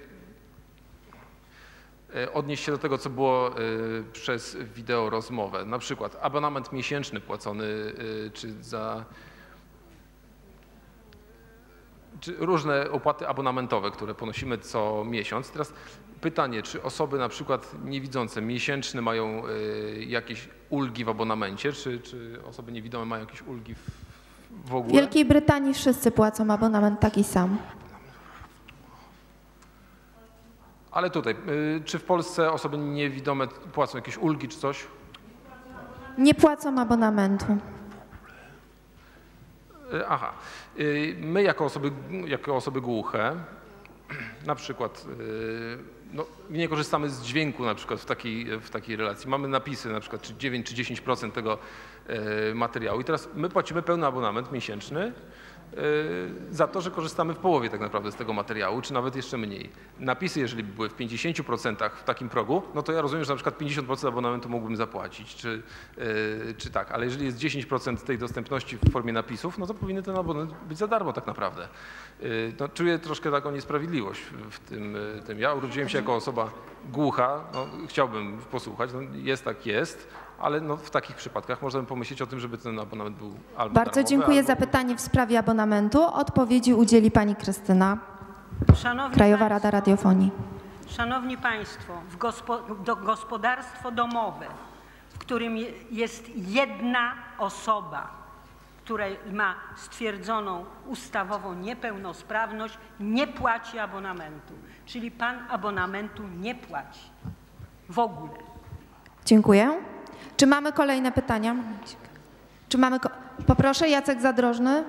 Speaker 11: odnieść się do tego, co było przez wideo rozmowę. Na przykład abonament miesięczny płacony, czy za czy różne opłaty abonamentowe, które ponosimy co miesiąc. Teraz pytanie, czy osoby na przykład niewidzące miesięczne mają jakieś ulgi w abonamencie, czy, czy osoby niewidome mają jakieś ulgi w, w ogóle?
Speaker 3: W Wielkiej Brytanii wszyscy płacą abonament taki sam.
Speaker 11: Ale tutaj, czy w Polsce osoby niewidome płacą jakieś ulgi czy coś?
Speaker 3: Nie płacą abonamentu.
Speaker 11: Aha. My jako osoby, jako osoby głuche, na przykład no, nie korzystamy z dźwięku na przykład w takiej, w takiej relacji. Mamy napisy na przykład czy dziewięć czy dziesięć procent tego materiału i teraz my płacimy pełny abonament miesięczny za to, że korzystamy w połowie tak naprawdę z tego materiału, czy nawet jeszcze mniej. Napisy, jeżeli by były w pięćdziesięciu procentach w takim progu, no to ja rozumiem, że na przykład pięćdziesiąt procent abonamentu mógłbym zapłacić, czy, yy, czy tak, ale jeżeli jest dziesięć procent tej dostępności w formie napisów, no to powinien ten abonament być za darmo tak naprawdę. Yy, no, czuję troszkę taką niesprawiedliwość w tym, yy, tym. Ja urodziłem się jako osoba głucha, no, chciałbym posłuchać, no, jest tak jest, ale no, w takich przypadkach możemy pomyśleć o tym, żeby ten abonament był albo
Speaker 3: Bardzo
Speaker 11: darmowy,
Speaker 3: dziękuję
Speaker 11: albo...
Speaker 3: za pytanie w sprawie abonamentu. Odpowiedzi udzieli pani Krystyna,
Speaker 8: Szanowni
Speaker 3: Krajowa
Speaker 8: Państwo,
Speaker 3: Rada Radiofonii.
Speaker 8: Szanowni Państwo, w gospo, do, gospodarstwo domowe, w którym je, jest jedna osoba, która ma stwierdzoną ustawową niepełnosprawność, nie płaci abonamentu. Czyli pan abonamentu nie płaci w ogóle.
Speaker 3: Dziękuję. Czy mamy kolejne pytania? Czy mamy... Ko Poproszę, Jacek Zadrożny.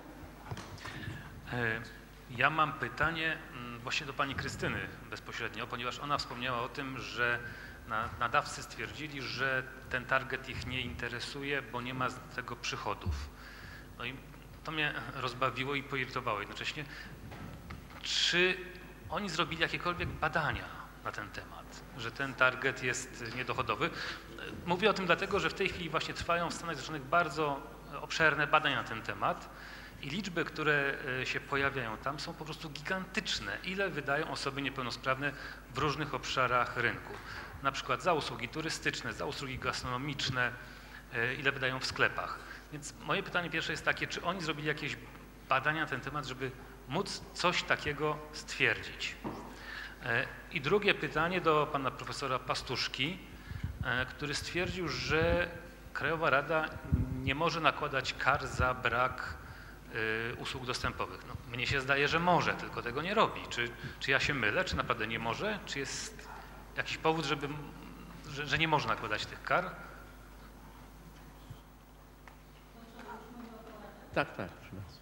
Speaker 12: Ja mam pytanie właśnie do pani Krystyny bezpośrednio, ponieważ ona wspomniała o tym, że nadawcy stwierdzili, że ten target ich nie interesuje, bo nie ma z tego przychodów. No i to mnie rozbawiło i poirytowało jednocześnie. Czy oni zrobili jakiekolwiek badania na ten temat, że ten target jest niedochodowy? Mówię o tym dlatego, że w tej chwili właśnie trwają w Stanach Zjednoczonych bardzo obszerne badania na ten temat i liczby, które się pojawiają tam, są po prostu gigantyczne. Ile wydają osoby niepełnosprawne w różnych obszarach rynku? Na przykład za usługi turystyczne, za usługi gastronomiczne, ile wydają w sklepach. Więc moje pytanie pierwsze jest takie, czy oni zrobili jakieś badania na ten temat, żeby móc coś takiego stwierdzić? I drugie pytanie do pana profesora Pastuszki, który stwierdził, że Krajowa Rada nie może nakładać kar za brak y, usług dostępowych. No, mnie się zdaje, że może, tylko tego nie robi. Czy, czy ja się mylę, czy naprawdę nie może? Czy jest jakiś powód, żeby, że, że nie może nakładać tych kar?
Speaker 5: Tak, tak, proszę bardzo.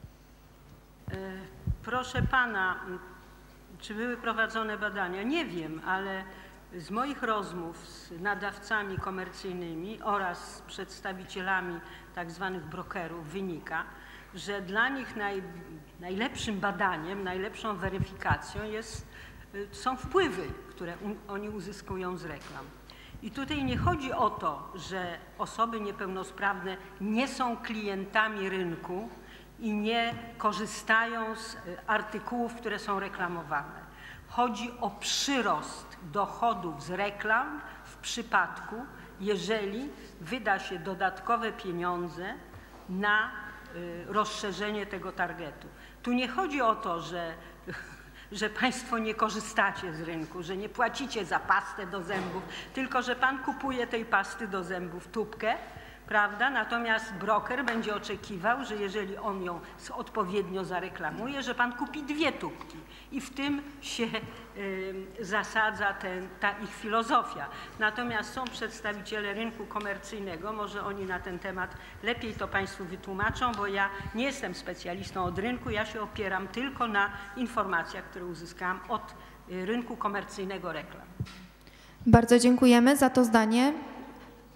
Speaker 8: Proszę pana, czy były prowadzone badania? Nie wiem, ale z moich rozmów z nadawcami komercyjnymi oraz z przedstawicielami tak zwanych brokerów wynika, że dla nich naj, najlepszym badaniem, najlepszą weryfikacją jest, są wpływy, które un, oni uzyskują z reklam. I tutaj nie chodzi o to, że osoby niepełnosprawne nie są klientami rynku i nie korzystają z artykułów, które są reklamowane. Chodzi o przyrost dochodów z reklam w przypadku, jeżeli wyda się dodatkowe pieniądze na y, rozszerzenie tego targetu. Tu nie chodzi o to, że, że państwo nie korzystacie z rynku, że nie płacicie za pastę do zębów, tylko że pan kupuje tej pasty do zębów tubkę, prawda? Natomiast broker będzie oczekiwał, że jeżeli on ją odpowiednio zareklamuje, że pan kupi dwie tubki. I w tym się y, zasadza ten, ta ich filozofia. Natomiast są przedstawiciele rynku komercyjnego, może oni na ten temat lepiej to państwu wytłumaczą, bo ja nie jestem specjalistą od rynku, ja się opieram tylko na informacjach, które uzyskałam od y, rynku komercyjnego reklam.
Speaker 3: Bardzo dziękujemy za to zdanie.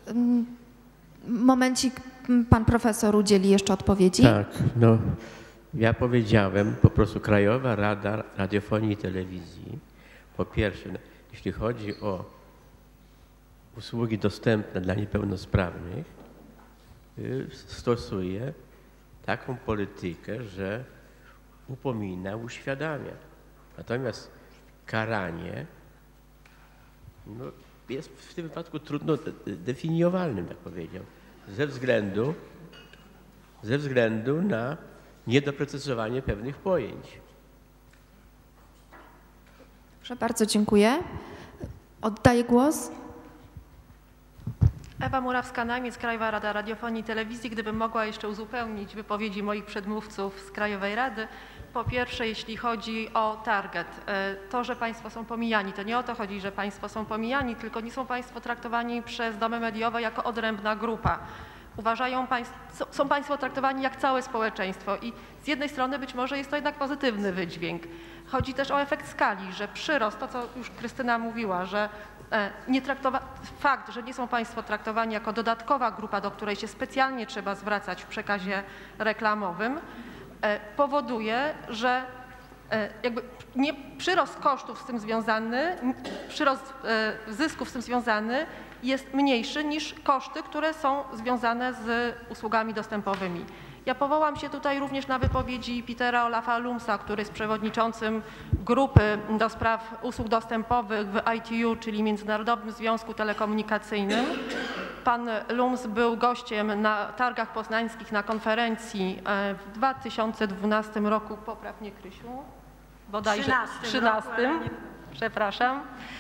Speaker 3: Momencik, pan profesor udzieli jeszcze odpowiedzi.
Speaker 5: Tak, no Ja powiedziałem po prostu Krajowa Rada Radiofonii i Telewizji, po pierwsze, jeśli chodzi o usługi dostępne dla niepełnosprawnych, stosuje taką politykę, że upomina, uświadamia. Natomiast karanie no, jest w tym wypadku trudno definiowalnym, tak powiedział, ze względu, ze względu na niedoprecyzowanie pewnych pojęć.
Speaker 3: Proszę bardzo, dziękuję. Oddaję głos.
Speaker 13: Ewa Murawska-Najmiec, Krajowa Rada Radiofonii i Telewizji. Gdybym mogła jeszcze uzupełnić wypowiedzi moich przedmówców z Krajowej Rady. Po pierwsze, jeśli chodzi o target, to, że Państwo są pomijani, to nie o to chodzi, że Państwo są pomijani, tylko nie są Państwo traktowani przez domy mediowe jako odrębna grupa. Uważają państwo, są Państwo traktowani jak całe społeczeństwo i z jednej strony być może jest to jednak pozytywny wydźwięk. Chodzi też o efekt skali, że przyrost, to co już Krystyna mówiła, że nie traktowa- fakt, że nie są Państwo traktowani jako dodatkowa grupa, do której się specjalnie trzeba zwracać w przekazie reklamowym, powoduje, że jakby nie, przyrost kosztów z tym związany, przyrost zysków z tym związany jest mniejszy niż koszty, które są związane z usługami dostępowymi. Ja powołam się tutaj również na wypowiedzi Petera Olafa Lumsa, który jest przewodniczącym grupy do spraw usług dostępowych w I T U, czyli Międzynarodowym Związku Telekomunikacyjnym. Pan Lums był gościem na targach poznańskich na konferencji w dwa tysiące dwunastym roku, popraw mnie Krysiu, bodajże trzynastym, przepraszam.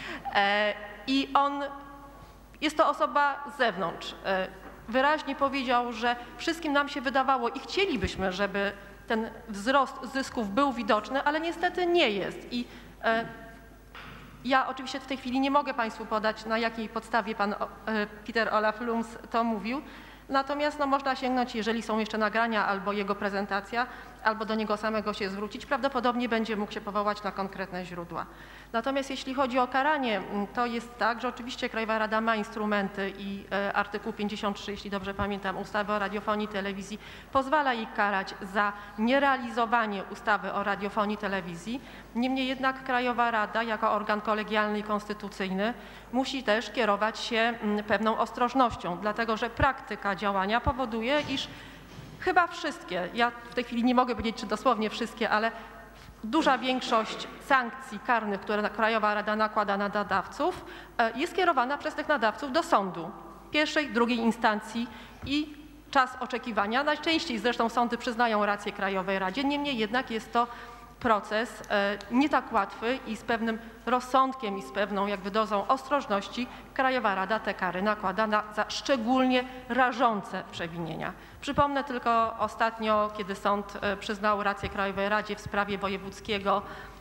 Speaker 13: I on, jest to osoba z zewnątrz. Wyraźnie powiedział, że wszystkim nam się wydawało i chcielibyśmy, żeby ten wzrost zysków był widoczny, ale niestety nie jest. I e, ja oczywiście w tej chwili nie mogę Państwu podać, na jakiej podstawie pan e, Peter Olaf Lums to mówił. Natomiast no, można sięgnąć, jeżeli są jeszcze nagrania albo jego prezentacja, albo do niego samego się zwrócić. Prawdopodobnie będzie mógł się powołać na konkretne źródła. Natomiast jeśli chodzi o karanie, to jest tak, że oczywiście Krajowa Rada ma instrumenty i e, artykuł pięćdziesiąt trzy, jeśli dobrze pamiętam, ustawy o radiofonii i telewizji pozwala jej karać za nierealizowanie ustawy o radiofonii i telewizji. Niemniej jednak Krajowa Rada jako organ kolegialny i konstytucyjny musi też kierować się m, pewną ostrożnością, dlatego że praktyka działania powoduje, iż chyba wszystkie, ja w tej chwili nie mogę powiedzieć, czy dosłownie wszystkie, ale duża większość sankcji karnych, które Krajowa Rada nakłada na nadawców, jest kierowana przez tych nadawców do sądu pierwszej, drugiej instancji i czas oczekiwania. Najczęściej zresztą sądy przyznają rację Krajowej Radzie, niemniej jednak jest to proces nie tak łatwy i z pewnym rozsądkiem i z pewną jakby dozą ostrożności Krajowa Rada te kary nakłada na, za szczególnie rażące przewinienia. Przypomnę tylko ostatnio, kiedy sąd przyznał rację Krajowej Radzie w sprawie wojewódzkiego,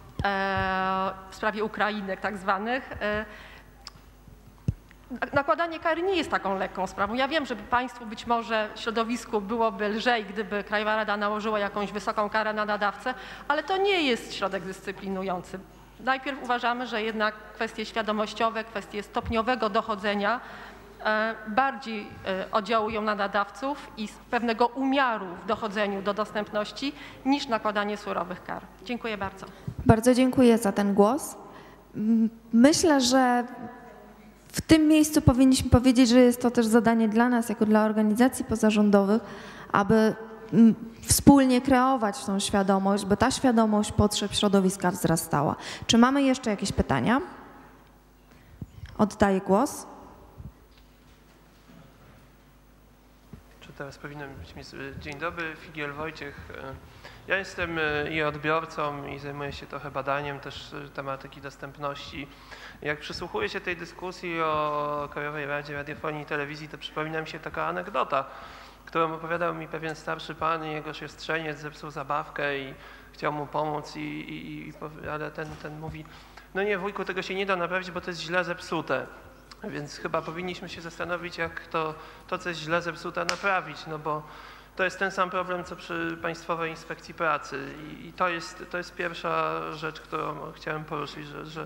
Speaker 13: w sprawie Ukrainek tak zwanych, nakładanie kary nie jest taką lekką sprawą. Ja wiem, że Państwu być może w środowisku byłoby lżej, gdyby Krajowa Rada nałożyła jakąś wysoką karę na nadawcę, ale to nie jest środek dyscyplinujący. Najpierw uważamy, że jednak kwestie świadomościowe, kwestie stopniowego dochodzenia bardziej oddziałują na nadawców i z pewnego umiaru w dochodzeniu do dostępności niż nakładanie surowych kar. Dziękuję bardzo.
Speaker 3: Bardzo dziękuję za ten głos. Myślę, że w tym miejscu powinniśmy powiedzieć, że jest to też zadanie dla nas, jako dla organizacji pozarządowych, aby wspólnie kreować tą świadomość, by ta świadomość potrzeb środowiska wzrastała. Czy mamy jeszcze jakieś pytania? Oddaję głos.
Speaker 14: Czy teraz powinno być mi... Dzień dobry, Figiel Wojciech. Ja jestem i odbiorcą i zajmuję się trochę badaniem też tematyki dostępności. Jak przysłuchuję się tej dyskusji o Krajowej Radzie Radiofonii i Telewizji, to przypomina mi się taka anegdota, którą opowiadał mi pewien starszy pan i jego siostrzeniec zepsuł zabawkę i chciał mu pomóc, i, i, i, ale ten, ten mówi, no nie wujku, tego się nie da naprawić, bo to jest źle zepsute. Więc chyba powinniśmy się zastanowić, jak to, to co jest źle zepsute, naprawić, no bo to jest ten sam problem, co przy Państwowej Inspekcji Pracy i, i to, jest, to jest pierwsza rzecz, którą chciałem poruszyć, że, że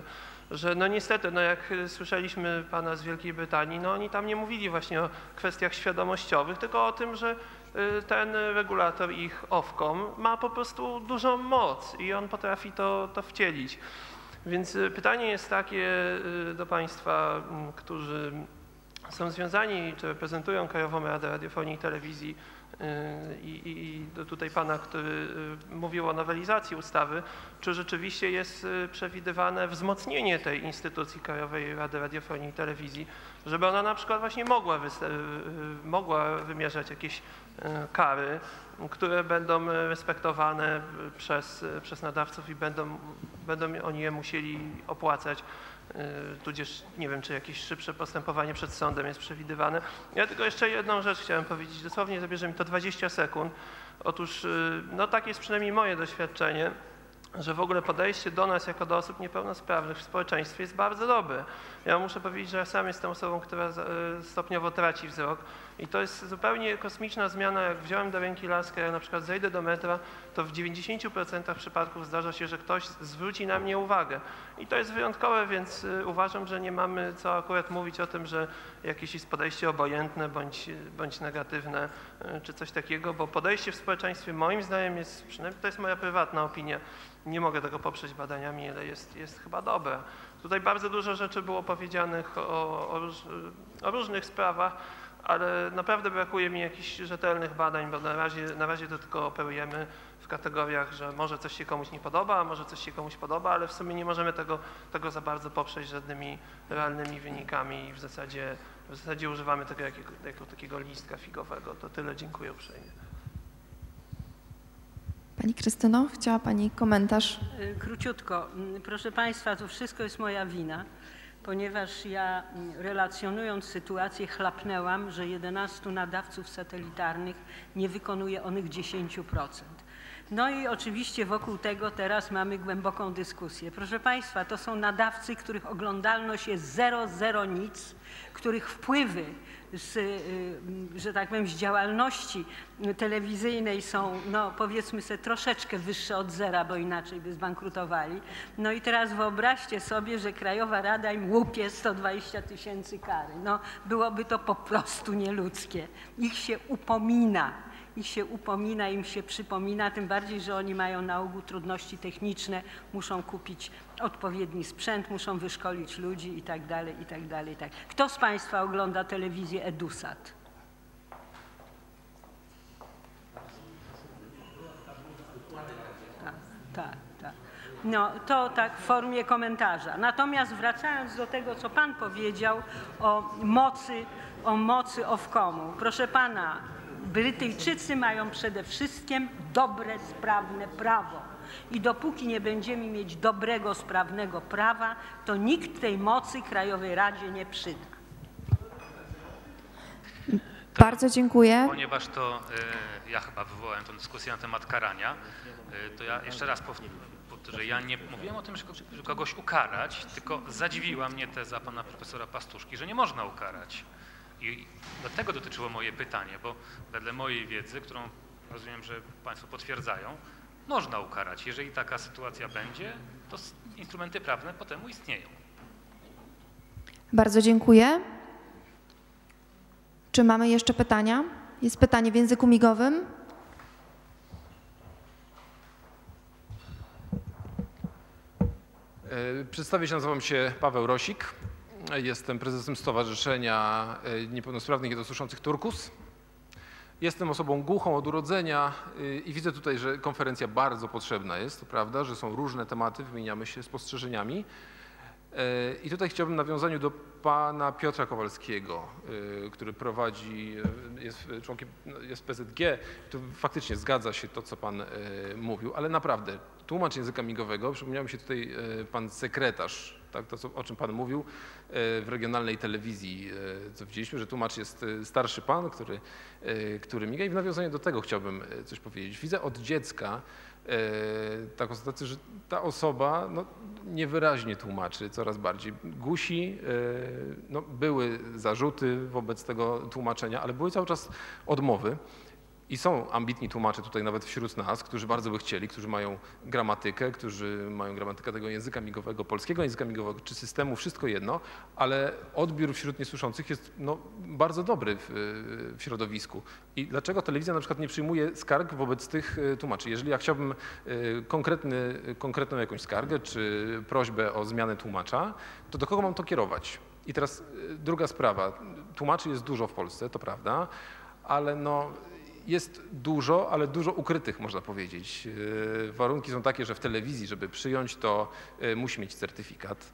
Speaker 14: że no niestety, no jak słyszeliśmy pana z Wielkiej Brytanii, no oni tam nie mówili właśnie o kwestiach świadomościowych, tylko o tym, że ten regulator ich Ofcom ma po prostu dużą moc i on potrafi to, to wcielić. Więc pytanie jest takie do państwa, którzy są związani czy reprezentują Krajową Radę Radiofonii i Telewizji i, i do tutaj pana, który mówił o nowelizacji ustawy, czy rzeczywiście jest przewidywane wzmocnienie tej instytucji Krajowej Rady Radiofonii i Telewizji, żeby ona na przykład właśnie mogła, mogła wymierzać jakieś kary, które będą respektowane przez, przez nadawców i będą, będą oni je musieli opłacać, tudzież nie wiem, czy jakieś szybsze postępowanie przed sądem jest przewidywane. Ja tylko jeszcze jedną rzecz chciałem powiedzieć, dosłownie zabierze mi to dwadzieścia sekund. Otóż no takie jest przynajmniej moje doświadczenie, że w ogóle podejście do nas jako do osób niepełnosprawnych w społeczeństwie jest bardzo dobre. Ja muszę powiedzieć, że ja sam jestem osobą, która stopniowo traci wzrok i to jest zupełnie kosmiczna zmiana. Jak wziąłem do ręki laskę, jak na przykład zejdę do metra, to w dziewięćdziesięciu procentach przypadków zdarza się, że ktoś zwróci na mnie uwagę. I to jest wyjątkowe, więc uważam, że nie mamy co akurat mówić o tym, że jakieś jest podejście obojętne bądź, bądź negatywne czy coś takiego, bo podejście w społeczeństwie moim zdaniem jest, przynajmniej to jest moja prywatna opinia, nie mogę tego poprzeć badaniami, ale jest, jest chyba dobre. Tutaj bardzo dużo rzeczy było powiedzianych o, o, róż, o różnych sprawach, ale naprawdę brakuje mi jakichś rzetelnych badań, bo na razie, na razie to tylko operujemy w kategoriach, że może coś się komuś nie podoba, a może coś się komuś podoba, ale w sumie nie możemy tego, tego za bardzo poprzeć żadnymi realnymi wynikami i w zasadzie, w zasadzie używamy tego jako, jako takiego listka figowego. To tyle, dziękuję uprzejmie.
Speaker 3: Pani Krystyno, chciała Pani komentarz?
Speaker 8: Króciutko. Proszę Państwa, to wszystko jest moja wina, ponieważ ja relacjonując sytuację chlapnęłam, że jedenastu nadawców satelitarnych nie wykonuje onych dziesięć procent. No i oczywiście wokół tego teraz mamy głęboką dyskusję. Proszę Państwa, to są nadawcy, których oglądalność jest zero, zero nic, których wpływy z, że tak powiem, z działalności telewizyjnej są, no powiedzmy sobie, troszeczkę wyższe od zera, bo inaczej by zbankrutowali. No i teraz wyobraźcie sobie, że Krajowa Rada im łupie sto dwadzieścia tysięcy kary. No byłoby to po prostu nieludzkie. Ich się upomina. Ich się upomina, im się przypomina, tym bardziej, że oni mają na ogół trudności techniczne, muszą kupić odpowiedni sprzęt, muszą wyszkolić ludzi i tak dalej, i tak dalej. Tak. Kto z Państwa ogląda telewizję Edusat? Tak, tak, tak. No to tak w formie komentarza. Natomiast wracając do tego, co Pan powiedział o mocy, o mocy Ofcomu. Proszę Pana, Brytyjczycy mają przede wszystkim dobre, sprawne prawo i dopóki nie będziemy mieć dobrego, sprawnego prawa, to nikt tej mocy Krajowej Radzie nie przyda.
Speaker 3: Bardzo dziękuję.
Speaker 12: Ponieważ to y, ja chyba wywołałem tę dyskusję na temat karania, y, to ja jeszcze raz powtórzę, ja nie mówiłem o tym, żeby kogoś ukarać, tylko zadziwiła mnie teza pana profesora Pastuszki, że nie można ukarać. I do tego dotyczyło moje pytanie, bo wedle mojej wiedzy, którą rozumiem, że Państwo potwierdzają, można ukarać. Jeżeli taka sytuacja będzie, to instrumenty prawne po temu istnieją.
Speaker 3: Bardzo dziękuję. Czy mamy jeszcze pytania? Jest pytanie w języku migowym.
Speaker 11: Przedstawię się, nazywam się Paweł Rosik. Jestem prezesem Stowarzyszenia Niepełnosprawnych Jednosłyszących Turkus. Jestem osobą głuchą od urodzenia i widzę tutaj, że konferencja bardzo potrzebna jest, to prawda, że są różne tematy, wymieniamy się spostrzeżeniami. I tutaj chciałbym w nawiązaniu do pana Piotra Kowalskiego, który prowadzi, jest członkiem, jest P Z G, to faktycznie zgadza się to, co pan mówił, ale naprawdę tłumacz języka migowego, przypomniał mi się tutaj pan sekretarz, tak, to co, o czym pan mówił w regionalnej telewizji, co widzieliśmy, że tłumacz jest starszy pan, który, który miga i w nawiązaniu do tego chciałbym coś powiedzieć. Widzę od dziecka taką sytuację, że ta osoba no, niewyraźnie tłumaczy coraz bardziej. Gusi, no, były zarzuty wobec tego tłumaczenia, ale były cały czas odmowy. I są ambitni tłumacze tutaj nawet wśród nas, którzy bardzo by chcieli, którzy mają gramatykę, którzy mają gramatykę tego języka migowego, polskiego języka migowego czy systemu, wszystko jedno, ale odbiór wśród niesłyszących jest no, bardzo dobry w, w środowisku. I dlaczego telewizja na przykład nie przyjmuje skarg wobec tych tłumaczy? Jeżeli ja chciałbym konkretny, konkretną jakąś skargę czy prośbę o zmianę tłumacza, to do kogo mam to kierować? I teraz druga sprawa. Tłumaczy jest dużo w Polsce, to prawda, ale no jest dużo, ale dużo ukrytych, można powiedzieć. Warunki są takie, że w telewizji, żeby przyjąć, to musi mieć certyfikat.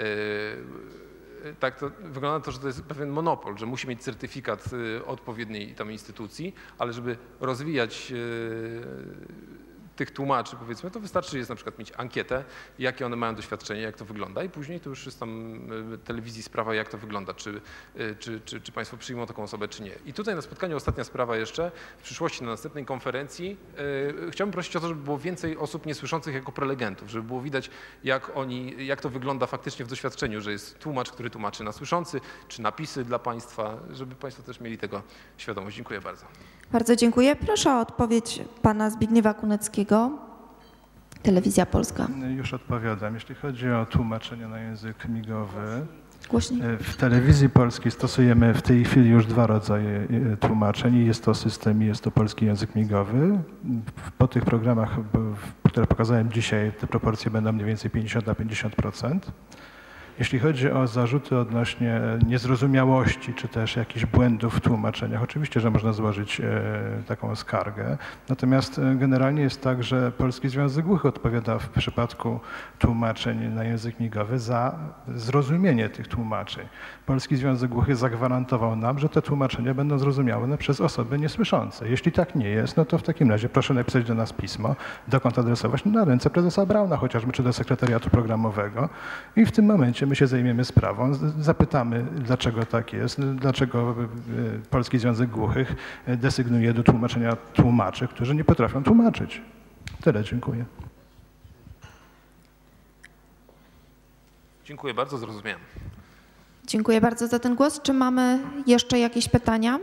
Speaker 11: Tak to wygląda to, że to jest pewien monopol, że musi mieć certyfikat odpowiedniej tam instytucji, ale żeby rozwijać tych tłumaczy, powiedzmy, to wystarczy jest na przykład mieć ankietę, jakie one mają doświadczenie, jak to wygląda i później to już jest tam telewizji sprawa, jak to wygląda, czy, czy, czy, czy Państwo przyjmą taką osobę, czy nie. I tutaj na spotkaniu ostatnia sprawa jeszcze, w przyszłości na następnej konferencji yy, chciałbym prosić o to, żeby było więcej osób niesłyszących jako prelegentów, żeby było widać, jak oni, jak to wygląda faktycznie w doświadczeniu, że jest tłumacz, który tłumaczy na słyszący, czy napisy dla Państwa, żeby Państwo też mieli tego świadomość. Dziękuję bardzo.
Speaker 3: Bardzo dziękuję. Proszę o odpowiedź pana Zbigniewa Kuneckiego, Telewizja Polska.
Speaker 15: Już odpowiadam. Jeśli chodzi o tłumaczenie na język migowy,
Speaker 3: Głośniej.
Speaker 15: w Telewizji Polskiej stosujemy w tej chwili już dwa rodzaje tłumaczeń. Jest to system i jest to polski język migowy. Po tych programach, które pokazałem dzisiaj, te proporcje będą mniej więcej pięćdziesiąt na pięćdziesiąt procent. Jeśli chodzi o zarzuty odnośnie niezrozumiałości czy też jakichś błędów w tłumaczeniach, oczywiście, że można złożyć taką skargę. Natomiast generalnie jest tak, że Polski Związek Głuchych odpowiada w przypadku tłumaczeń na język migowy za zrozumienie tych tłumaczeń. Polski Związek Głuchych zagwarantował nam, że te tłumaczenia będą zrozumiałe przez osoby niesłyszące. Jeśli tak nie jest, no to w takim razie proszę napisać do nas pismo, dokąd adresować, na ręce prezesa Brauna chociażby, czy do sekretariatu programowego i w tym momencie my się zajmiemy sprawą, zapytamy, dlaczego tak jest, dlaczego Polski Związek Głuchych desygnuje do tłumaczenia tłumaczy, którzy nie potrafią tłumaczyć. Tyle, dziękuję.
Speaker 11: Dziękuję bardzo, zrozumiałem.
Speaker 3: Dziękuję bardzo za ten głos. Czy mamy jeszcze jakieś pytania?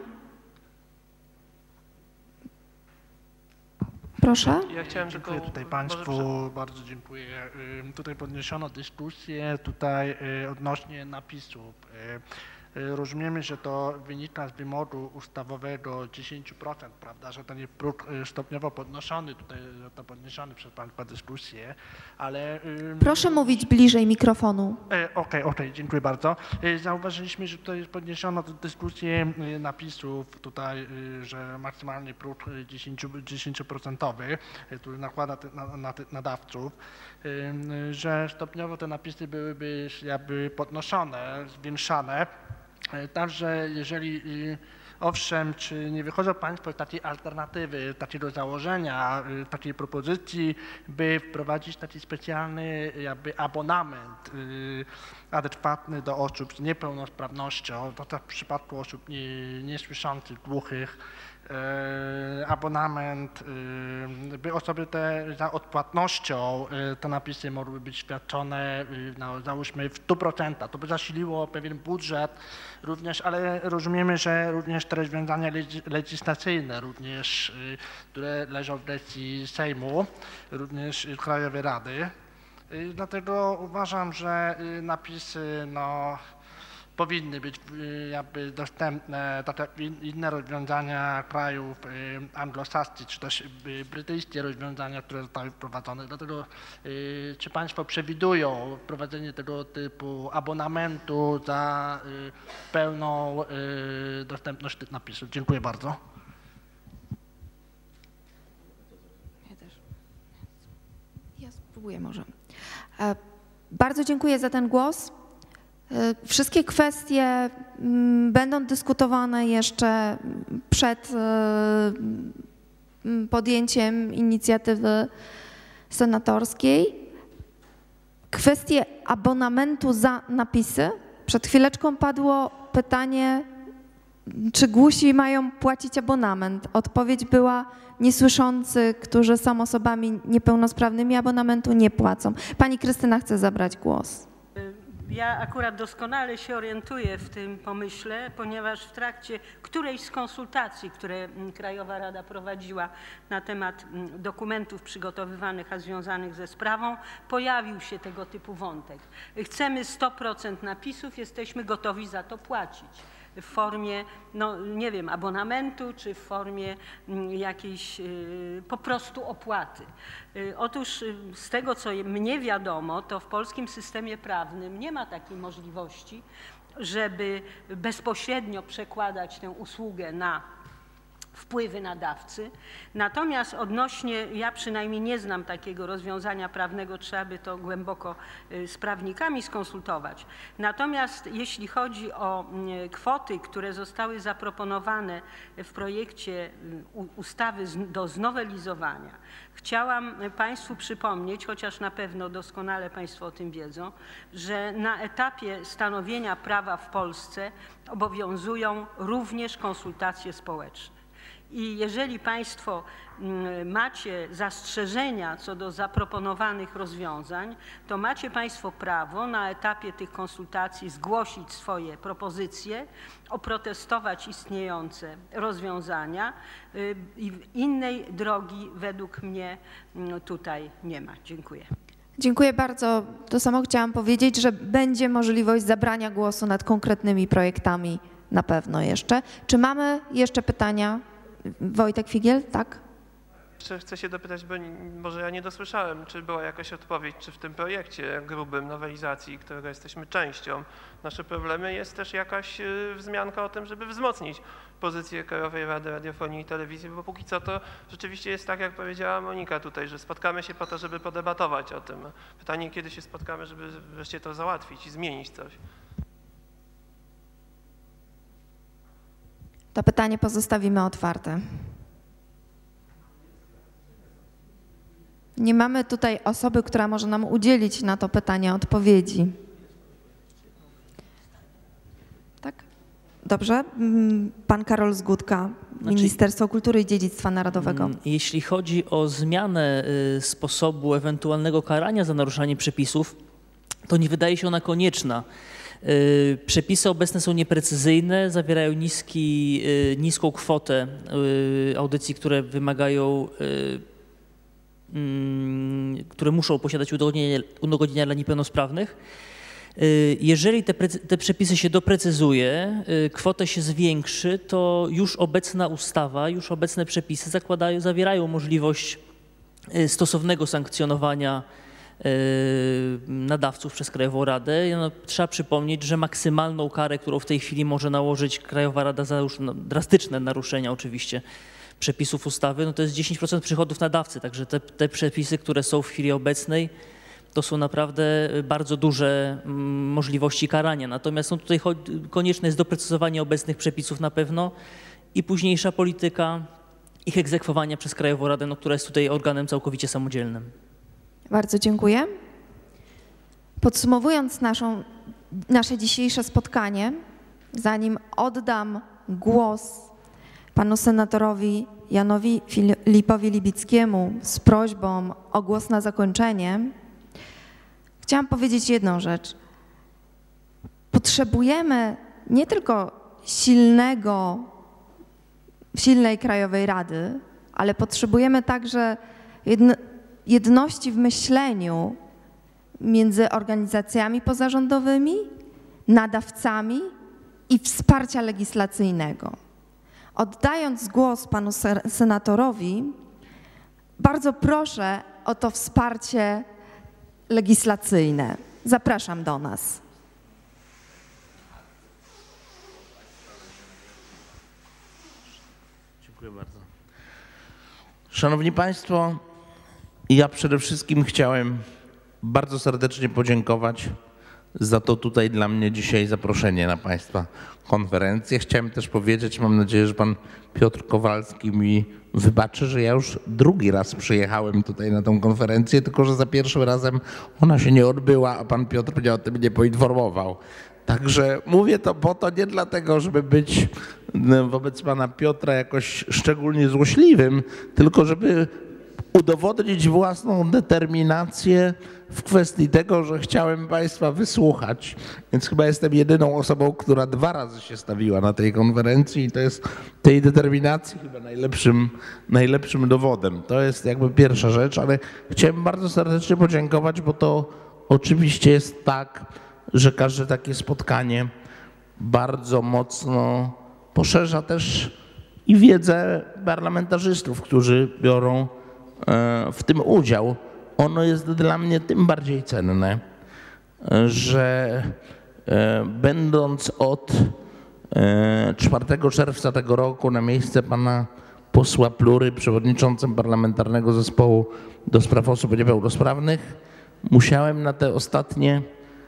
Speaker 3: Proszę.
Speaker 14: Ja chciałem
Speaker 16: dziękuję
Speaker 14: tylko,
Speaker 16: tutaj Państwu, bardzo dziękuję. Tutaj podniesiono dyskusję tutaj odnośnie napisów. Rozumiemy, że to wynika z wymogu ustawowego dziesięć procent, prawda, że ten jest próg stopniowo podnoszony, tutaj to podniesiony przez Państwa dyskusję, ale...
Speaker 3: Proszę mówić bliżej mikrofonu.
Speaker 16: Okej, okay, okej, okay, dziękuję bardzo. Zauważyliśmy, że tutaj podniesiono dyskusję napisów tutaj, że maksymalny próg dziesięć procent, który nakłada na, na nadawców, że stopniowo te napisy byłyby jakby podnoszone, zwiększane. Także jeżeli, owszem, czy nie wychodzą Państwo z takiej alternatywy, takiego założenia, takiej propozycji, by wprowadzić taki specjalny jakby abonament adekwatny do osób z niepełnosprawnością, to w przypadku osób nie, niesłyszących, głuchych, abonament, by osoby te za odpłatnością te napisy mogły być świadczone, no, załóżmy w stu procentach. To by zasiliło pewien budżet również, ale rozumiemy, że również te rozwiązania legislacyjne, również, które leżą w gestii Sejmu, również Krajowej Rady. Dlatego uważam, że napisy, no, powinny być jakby dostępne, tak jak inne rozwiązania krajów anglosaskich, czy też brytyjskie rozwiązania, które zostały wprowadzone. Dlatego czy Państwo przewidują wprowadzenie tego typu abonamentu za pełną dostępność tych napisów? Dziękuję bardzo.
Speaker 3: Ja też. Ja spróbuję może. Bardzo dziękuję za ten głos. Wszystkie kwestie będą dyskutowane jeszcze przed podjęciem inicjatywy senatorskiej. Kwestie abonamentu za napisy. Przed chwileczką padło pytanie, czy głusi mają płacić abonament. Odpowiedź była, niesłyszący, którzy są osobami niepełnosprawnymi, abonamentu nie płacą. Pani Krystyna chce zabrać głos.
Speaker 8: Ja akurat doskonale się orientuję w tym pomyśle, ponieważ w trakcie którejś z konsultacji, które Krajowa Rada prowadziła na temat dokumentów przygotowywanych, a związanych ze sprawą, pojawił się tego typu wątek. Chcemy sto procent napisów, jesteśmy gotowi za to płacić w formie, no nie wiem, abonamentu, czy w formie jakiejś po prostu opłaty. Otóż z tego, co mnie wiadomo, to w polskim systemie prawnym nie ma takiej możliwości, żeby bezpośrednio przekładać tę usługę na wpływy nadawcy. Natomiast odnośnie, ja przynajmniej nie znam takiego rozwiązania prawnego, trzeba by to głęboko z prawnikami skonsultować. Natomiast jeśli chodzi o kwoty, które zostały zaproponowane w projekcie ustawy do znowelizowania, chciałam Państwu przypomnieć, chociaż na pewno doskonale Państwo o tym wiedzą, że na etapie stanowienia prawa w Polsce obowiązują również konsultacje społeczne. I jeżeli Państwo macie zastrzeżenia co do zaproponowanych rozwiązań, to macie Państwo prawo na etapie tych konsultacji zgłosić swoje propozycje, oprotestować istniejące rozwiązania i innej drogi według mnie tutaj nie ma. Dziękuję.
Speaker 3: Dziękuję bardzo. To samo chciałam powiedzieć, że będzie możliwość zabrania głosu nad konkretnymi projektami na pewno jeszcze. Czy mamy jeszcze pytania? Wojtek Figiel, tak?
Speaker 14: Jeszcze chcę się dopytać, bo może ja nie dosłyszałem, czy była jakaś odpowiedź, czy w tym projekcie grubym nowelizacji, którego jesteśmy częścią, nasze problemy, jest też jakaś wzmianka o tym, żeby wzmocnić pozycję Krajowej Rady Radiofonii i Telewizji, bo póki co to rzeczywiście jest tak, jak powiedziała Monika tutaj, że spotkamy się po to, żeby podebatować o tym. Pytanie, kiedy się spotkamy, żeby wreszcie to załatwić i zmienić coś.
Speaker 3: To pytanie pozostawimy otwarte. Nie mamy tutaj osoby, która może nam udzielić na to pytanie odpowiedzi. Tak? Dobrze. Pan Karol Zgódka, Ministerstwo Kultury i Dziedzictwa Narodowego.
Speaker 10: Jeśli chodzi o zmianę sposobu ewentualnego karania za naruszanie przepisów, to nie wydaje się ona konieczna. Przepisy obecne są nieprecyzyjne, zawierają niski, niską kwotę audycji, które wymagają, które muszą posiadać udogodnienia, udogodnienia dla niepełnosprawnych. Jeżeli te, te przepisy się doprecyzuje, kwotę się zwiększy, to już obecna ustawa, już obecne przepisy zakładają, zawierają możliwość stosownego sankcjonowania nadawców przez Krajową Radę. No, trzeba przypomnieć, że maksymalną karę, którą w tej chwili może nałożyć Krajowa Rada za no, drastyczne naruszenia oczywiście przepisów ustawy, no to jest dziesięć procent przychodów nadawcy, także te, te przepisy, które są w chwili obecnej, to są naprawdę bardzo duże możliwości karania. Natomiast no, tutaj konieczne jest doprecyzowanie obecnych przepisów na pewno i późniejsza polityka ich egzekwowania przez Krajową Radę, no, która jest tutaj organem całkowicie samodzielnym.
Speaker 3: Bardzo dziękuję. Podsumowując naszą, nasze dzisiejsze spotkanie, zanim oddam głos panu senatorowi Janowi Filipowi Libickiemu z prośbą o głos na zakończenie, chciałam powiedzieć jedną rzecz. Potrzebujemy nie tylko silnego, silnej Krajowej Rady, ale potrzebujemy także jedno, jedności w myśleniu między organizacjami pozarządowymi, nadawcami i wsparcia legislacyjnego. Oddając głos panu senatorowi, bardzo proszę o to wsparcie legislacyjne. Zapraszam do nas.
Speaker 17: Dziękuję bardzo. Szanowni Państwo, ja przede wszystkim chciałem bardzo serdecznie podziękować za to tutaj dla mnie dzisiaj zaproszenie na Państwa konferencję. Chciałem też powiedzieć, mam nadzieję, że Pan Piotr Kowalski mi wybaczy, że ja już drugi raz przyjechałem tutaj na tą konferencję, tylko że za pierwszym razem ona się nie odbyła, a Pan Piotr mnie o tym nie poinformował. Także mówię to po to nie dlatego, żeby być wobec Pana Piotra jakoś szczególnie złośliwym, tylko żeby udowodnić własną determinację w kwestii tego, że chciałem Państwa wysłuchać. Więc chyba jestem jedyną osobą, która dwa razy się stawiła na tej konferencji i to jest tej determinacji chyba najlepszym, najlepszym dowodem. To jest jakby pierwsza rzecz, ale chciałem bardzo serdecznie podziękować, bo to oczywiście jest tak, że każde takie spotkanie bardzo mocno poszerza też i wiedzę parlamentarzystów, którzy biorą w tym udział. Ono jest dla mnie tym bardziej cenne, że będąc od czwartego czerwca tego roku na miejsce pana posła Plury, przewodniczącym Parlamentarnego Zespołu do Spraw Osób Niepełnosprawnych, musiałem na te ostatnie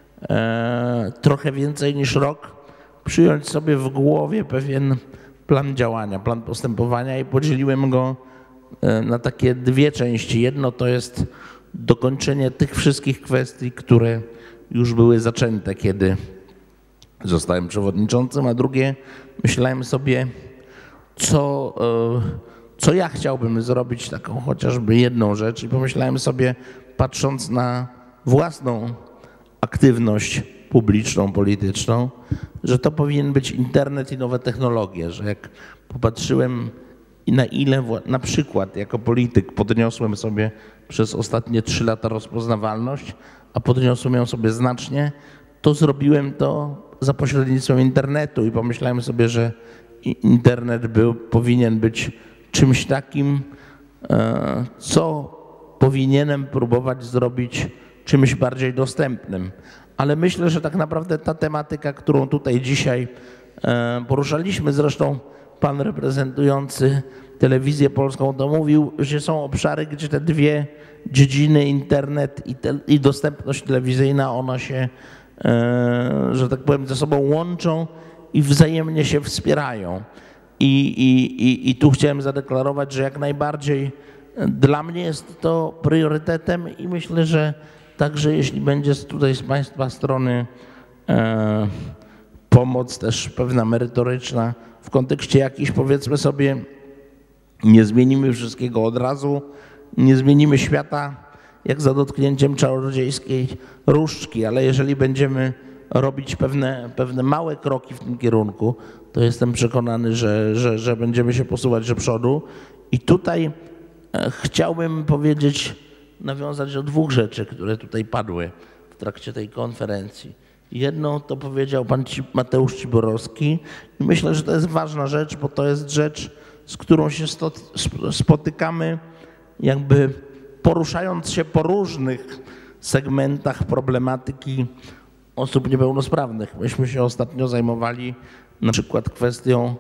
Speaker 17: trochę więcej niż rok przyjąć sobie w głowie pewien plan działania, plan postępowania i podzieliłem go na takie dwie części. Jedno to jest dokończenie tych wszystkich kwestii, które już były zaczęte, kiedy zostałem przewodniczącym, a drugie myślałem sobie, co, co ja chciałbym zrobić, taką chociażby jedną rzecz i pomyślałem sobie, patrząc na własną aktywność publiczną, polityczną, że to powinien być internet i nowe technologie, że jak popatrzyłem i na ile na przykład jako polityk podniosłem sobie przez ostatnie trzy lata rozpoznawalność, a podniosłem ją sobie znacznie, to zrobiłem to za pośrednictwem internetu i pomyślałem sobie, że internet był, powinien być czymś takim, co powinienem próbować zrobić czymś bardziej dostępnym. Ale myślę, że tak naprawdę ta tematyka, którą tutaj dzisiaj poruszaliśmy, zresztą pan reprezentujący Telewizję Polską to mówił, że są obszary, gdzie te dwie dziedziny, internet i, te, i dostępność telewizyjna, one się, że tak powiem, ze sobą łączą i wzajemnie się wspierają. I, i, i, i tu chciałem zadeklarować, że jak najbardziej dla mnie jest to priorytetem i myślę, że także jeśli będzie tutaj z Państwa strony e, pomoc też pewna merytoryczna w kontekście jakichś, powiedzmy sobie, nie zmienimy wszystkiego od razu, nie zmienimy świata jak za dotknięciem czarodziejskiej różdżki, ale jeżeli będziemy robić pewne, pewne małe kroki w tym kierunku, to jestem przekonany, że, że, że będziemy się posuwać do przodu. I tutaj e, chciałbym powiedzieć, nawiązać do dwóch rzeczy, które tutaj padły w trakcie tej konferencji. Jedno to powiedział pan Mateusz Ciborowski i myślę, że to jest ważna rzecz, bo to jest rzecz, z którą się spotykamy jakby poruszając się po różnych segmentach problematyki osób niepełnosprawnych. Myśmy się ostatnio zajmowali na przykład kwestią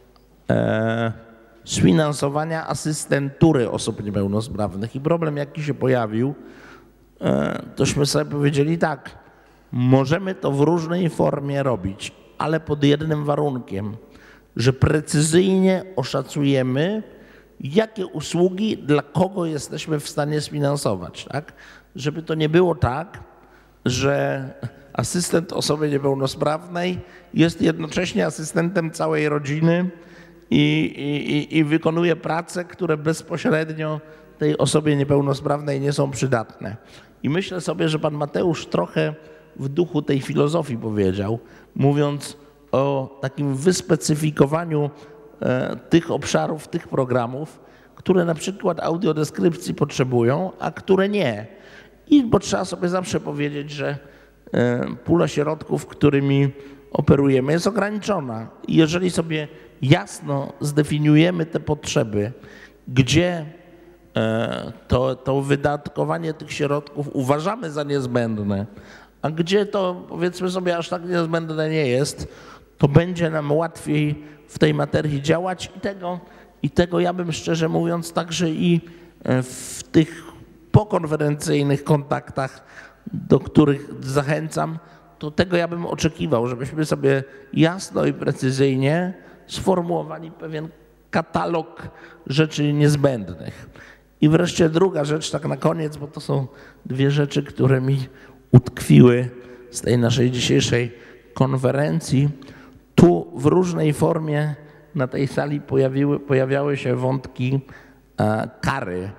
Speaker 17: e, sfinansowania asystentury osób niepełnosprawnych i problem jaki się pojawił, e, tośmy sobie powiedzieli tak, możemy to w różnej formie robić, ale pod jednym warunkiem, że precyzyjnie oszacujemy, jakie usługi dla kogo jesteśmy w stanie sfinansować, tak? Żeby to nie było tak, że asystent osoby niepełnosprawnej jest jednocześnie asystentem całej rodziny i, i, i wykonuje prace, które bezpośrednio tej osobie niepełnosprawnej nie są przydatne. I myślę sobie, że pan Mateusz trochę w duchu tej filozofii powiedział, mówiąc o takim wyspecyfikowaniu e, tych obszarów, tych programów, które na przykład audiodeskrypcji potrzebują, a które nie. I bo trzeba sobie zawsze powiedzieć, że e, pula środków, którymi operujemy, jest ograniczona. I jeżeli sobie jasno zdefiniujemy te potrzeby, gdzie e, to, to wydatkowanie tych środków uważamy za niezbędne, a gdzie to, powiedzmy sobie, aż tak niezbędne nie jest, to będzie nam łatwiej w tej materii działać i tego, i tego ja bym szczerze mówiąc także i w tych pokonferencyjnych kontaktach, do których zachęcam, to tego ja bym oczekiwał, żebyśmy sobie jasno i precyzyjnie sformułowali pewien katalog rzeczy niezbędnych. I wreszcie druga rzecz, tak na koniec, bo to są dwie rzeczy, które mi utkwiły z tej naszej dzisiejszej konferencji. Tu w różnej formie na tej sali pojawiły, pojawiały się wątki e, kary,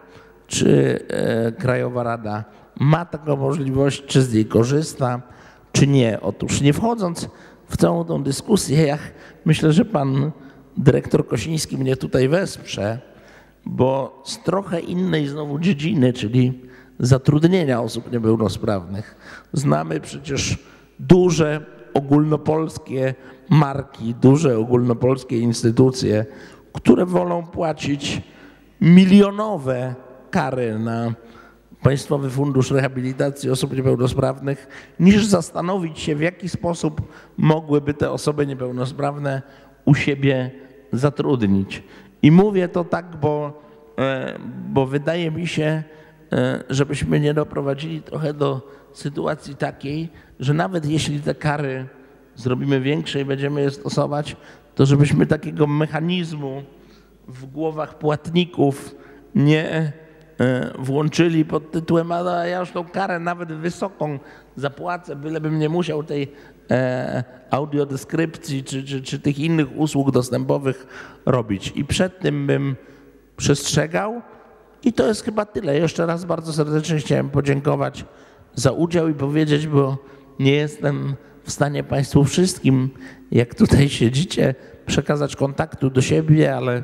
Speaker 17: czy Krajowa Rada ma taką możliwość, czy z niej korzysta, czy nie. Otóż nie wchodząc w całą tą dyskusję, ja myślę, że pan dyrektor Kosiński mnie tutaj wesprze, bo z trochę innej znowu dziedziny, czyli zatrudnienia osób niepełnosprawnych, znamy przecież duże ogólnopolskie marki, duże ogólnopolskie instytucje, które wolą płacić milionowe kary na Państwowy Fundusz Rehabilitacji Osób Niepełnosprawnych, niż zastanowić się, w jaki sposób mogłyby te osoby niepełnosprawne u siebie zatrudnić. I mówię to tak, bo, bo wydaje mi się, żebyśmy nie doprowadzili trochę do sytuacji takiej, że nawet jeśli te kary zrobimy większe i będziemy je stosować, to żebyśmy takiego mechanizmu w głowach płatników nie włączyli pod tytułem, a ja już tą karę nawet wysoką zapłacę, bylebym nie musiał tej e, audiodeskrypcji czy, czy, czy tych innych usług dostępowych robić. I przed tym bym przestrzegał. I to jest chyba tyle. Jeszcze raz bardzo serdecznie chciałem podziękować za udział i powiedzieć, bo nie jestem w stanie Państwu wszystkim, jak tutaj siedzicie, przekazać kontaktu do siebie, ale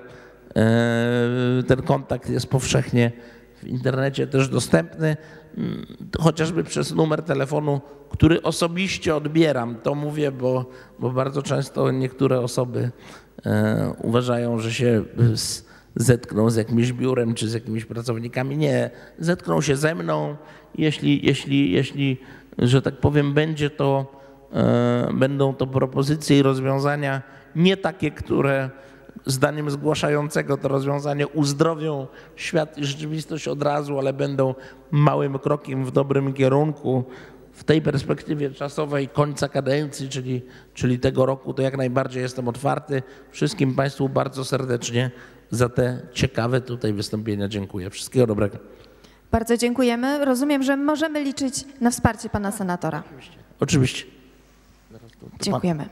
Speaker 17: e, ten kontakt jest powszechnie w internecie też dostępny, chociażby przez numer telefonu, który osobiście odbieram. To mówię, bo, bo bardzo często niektóre osoby e, uważają, że się z, zetkną z jakimś biurem czy z jakimiś pracownikami. Nie, zetkną się ze mną. Jeśli, jeśli, jeśli że tak powiem, będzie to, e, będą to propozycje i rozwiązania nie takie, które zdaniem zgłaszającego to rozwiązanie uzdrowią świat i rzeczywistość od razu, ale będą małym krokiem w dobrym kierunku. W tej perspektywie czasowej końca kadencji, czyli, czyli tego roku, to jak najbardziej jestem otwarty. Wszystkim Państwu bardzo serdecznie za te ciekawe tutaj wystąpienia dziękuję. Wszystkiego dobrego.
Speaker 3: Bardzo dziękujemy. Rozumiem, że możemy liczyć na wsparcie pana senatora.
Speaker 17: Oczywiście. Oczywiście.
Speaker 3: Dziękujemy.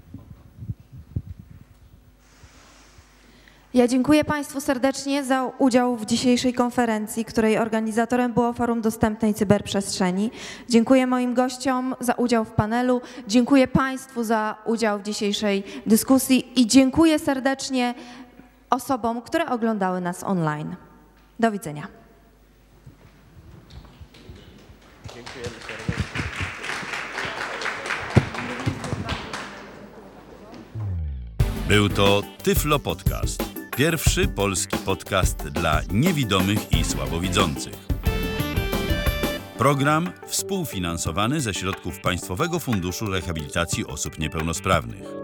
Speaker 3: Ja dziękuję Państwu serdecznie za udział w dzisiejszej konferencji, której organizatorem było Forum Dostępnej Cyberprzestrzeni. Dziękuję moim gościom za udział w panelu, dziękuję Państwu za udział w dzisiejszej dyskusji i dziękuję serdecznie osobom, które oglądały nas online. Do widzenia.
Speaker 17: Dziękujemy serdecznie.
Speaker 1: Był to Tyflo Podcast. Pierwszy polski podcast dla niewidomych i słabowidzących. Program współfinansowany ze środków Państwowego Funduszu Rehabilitacji Osób Niepełnosprawnych.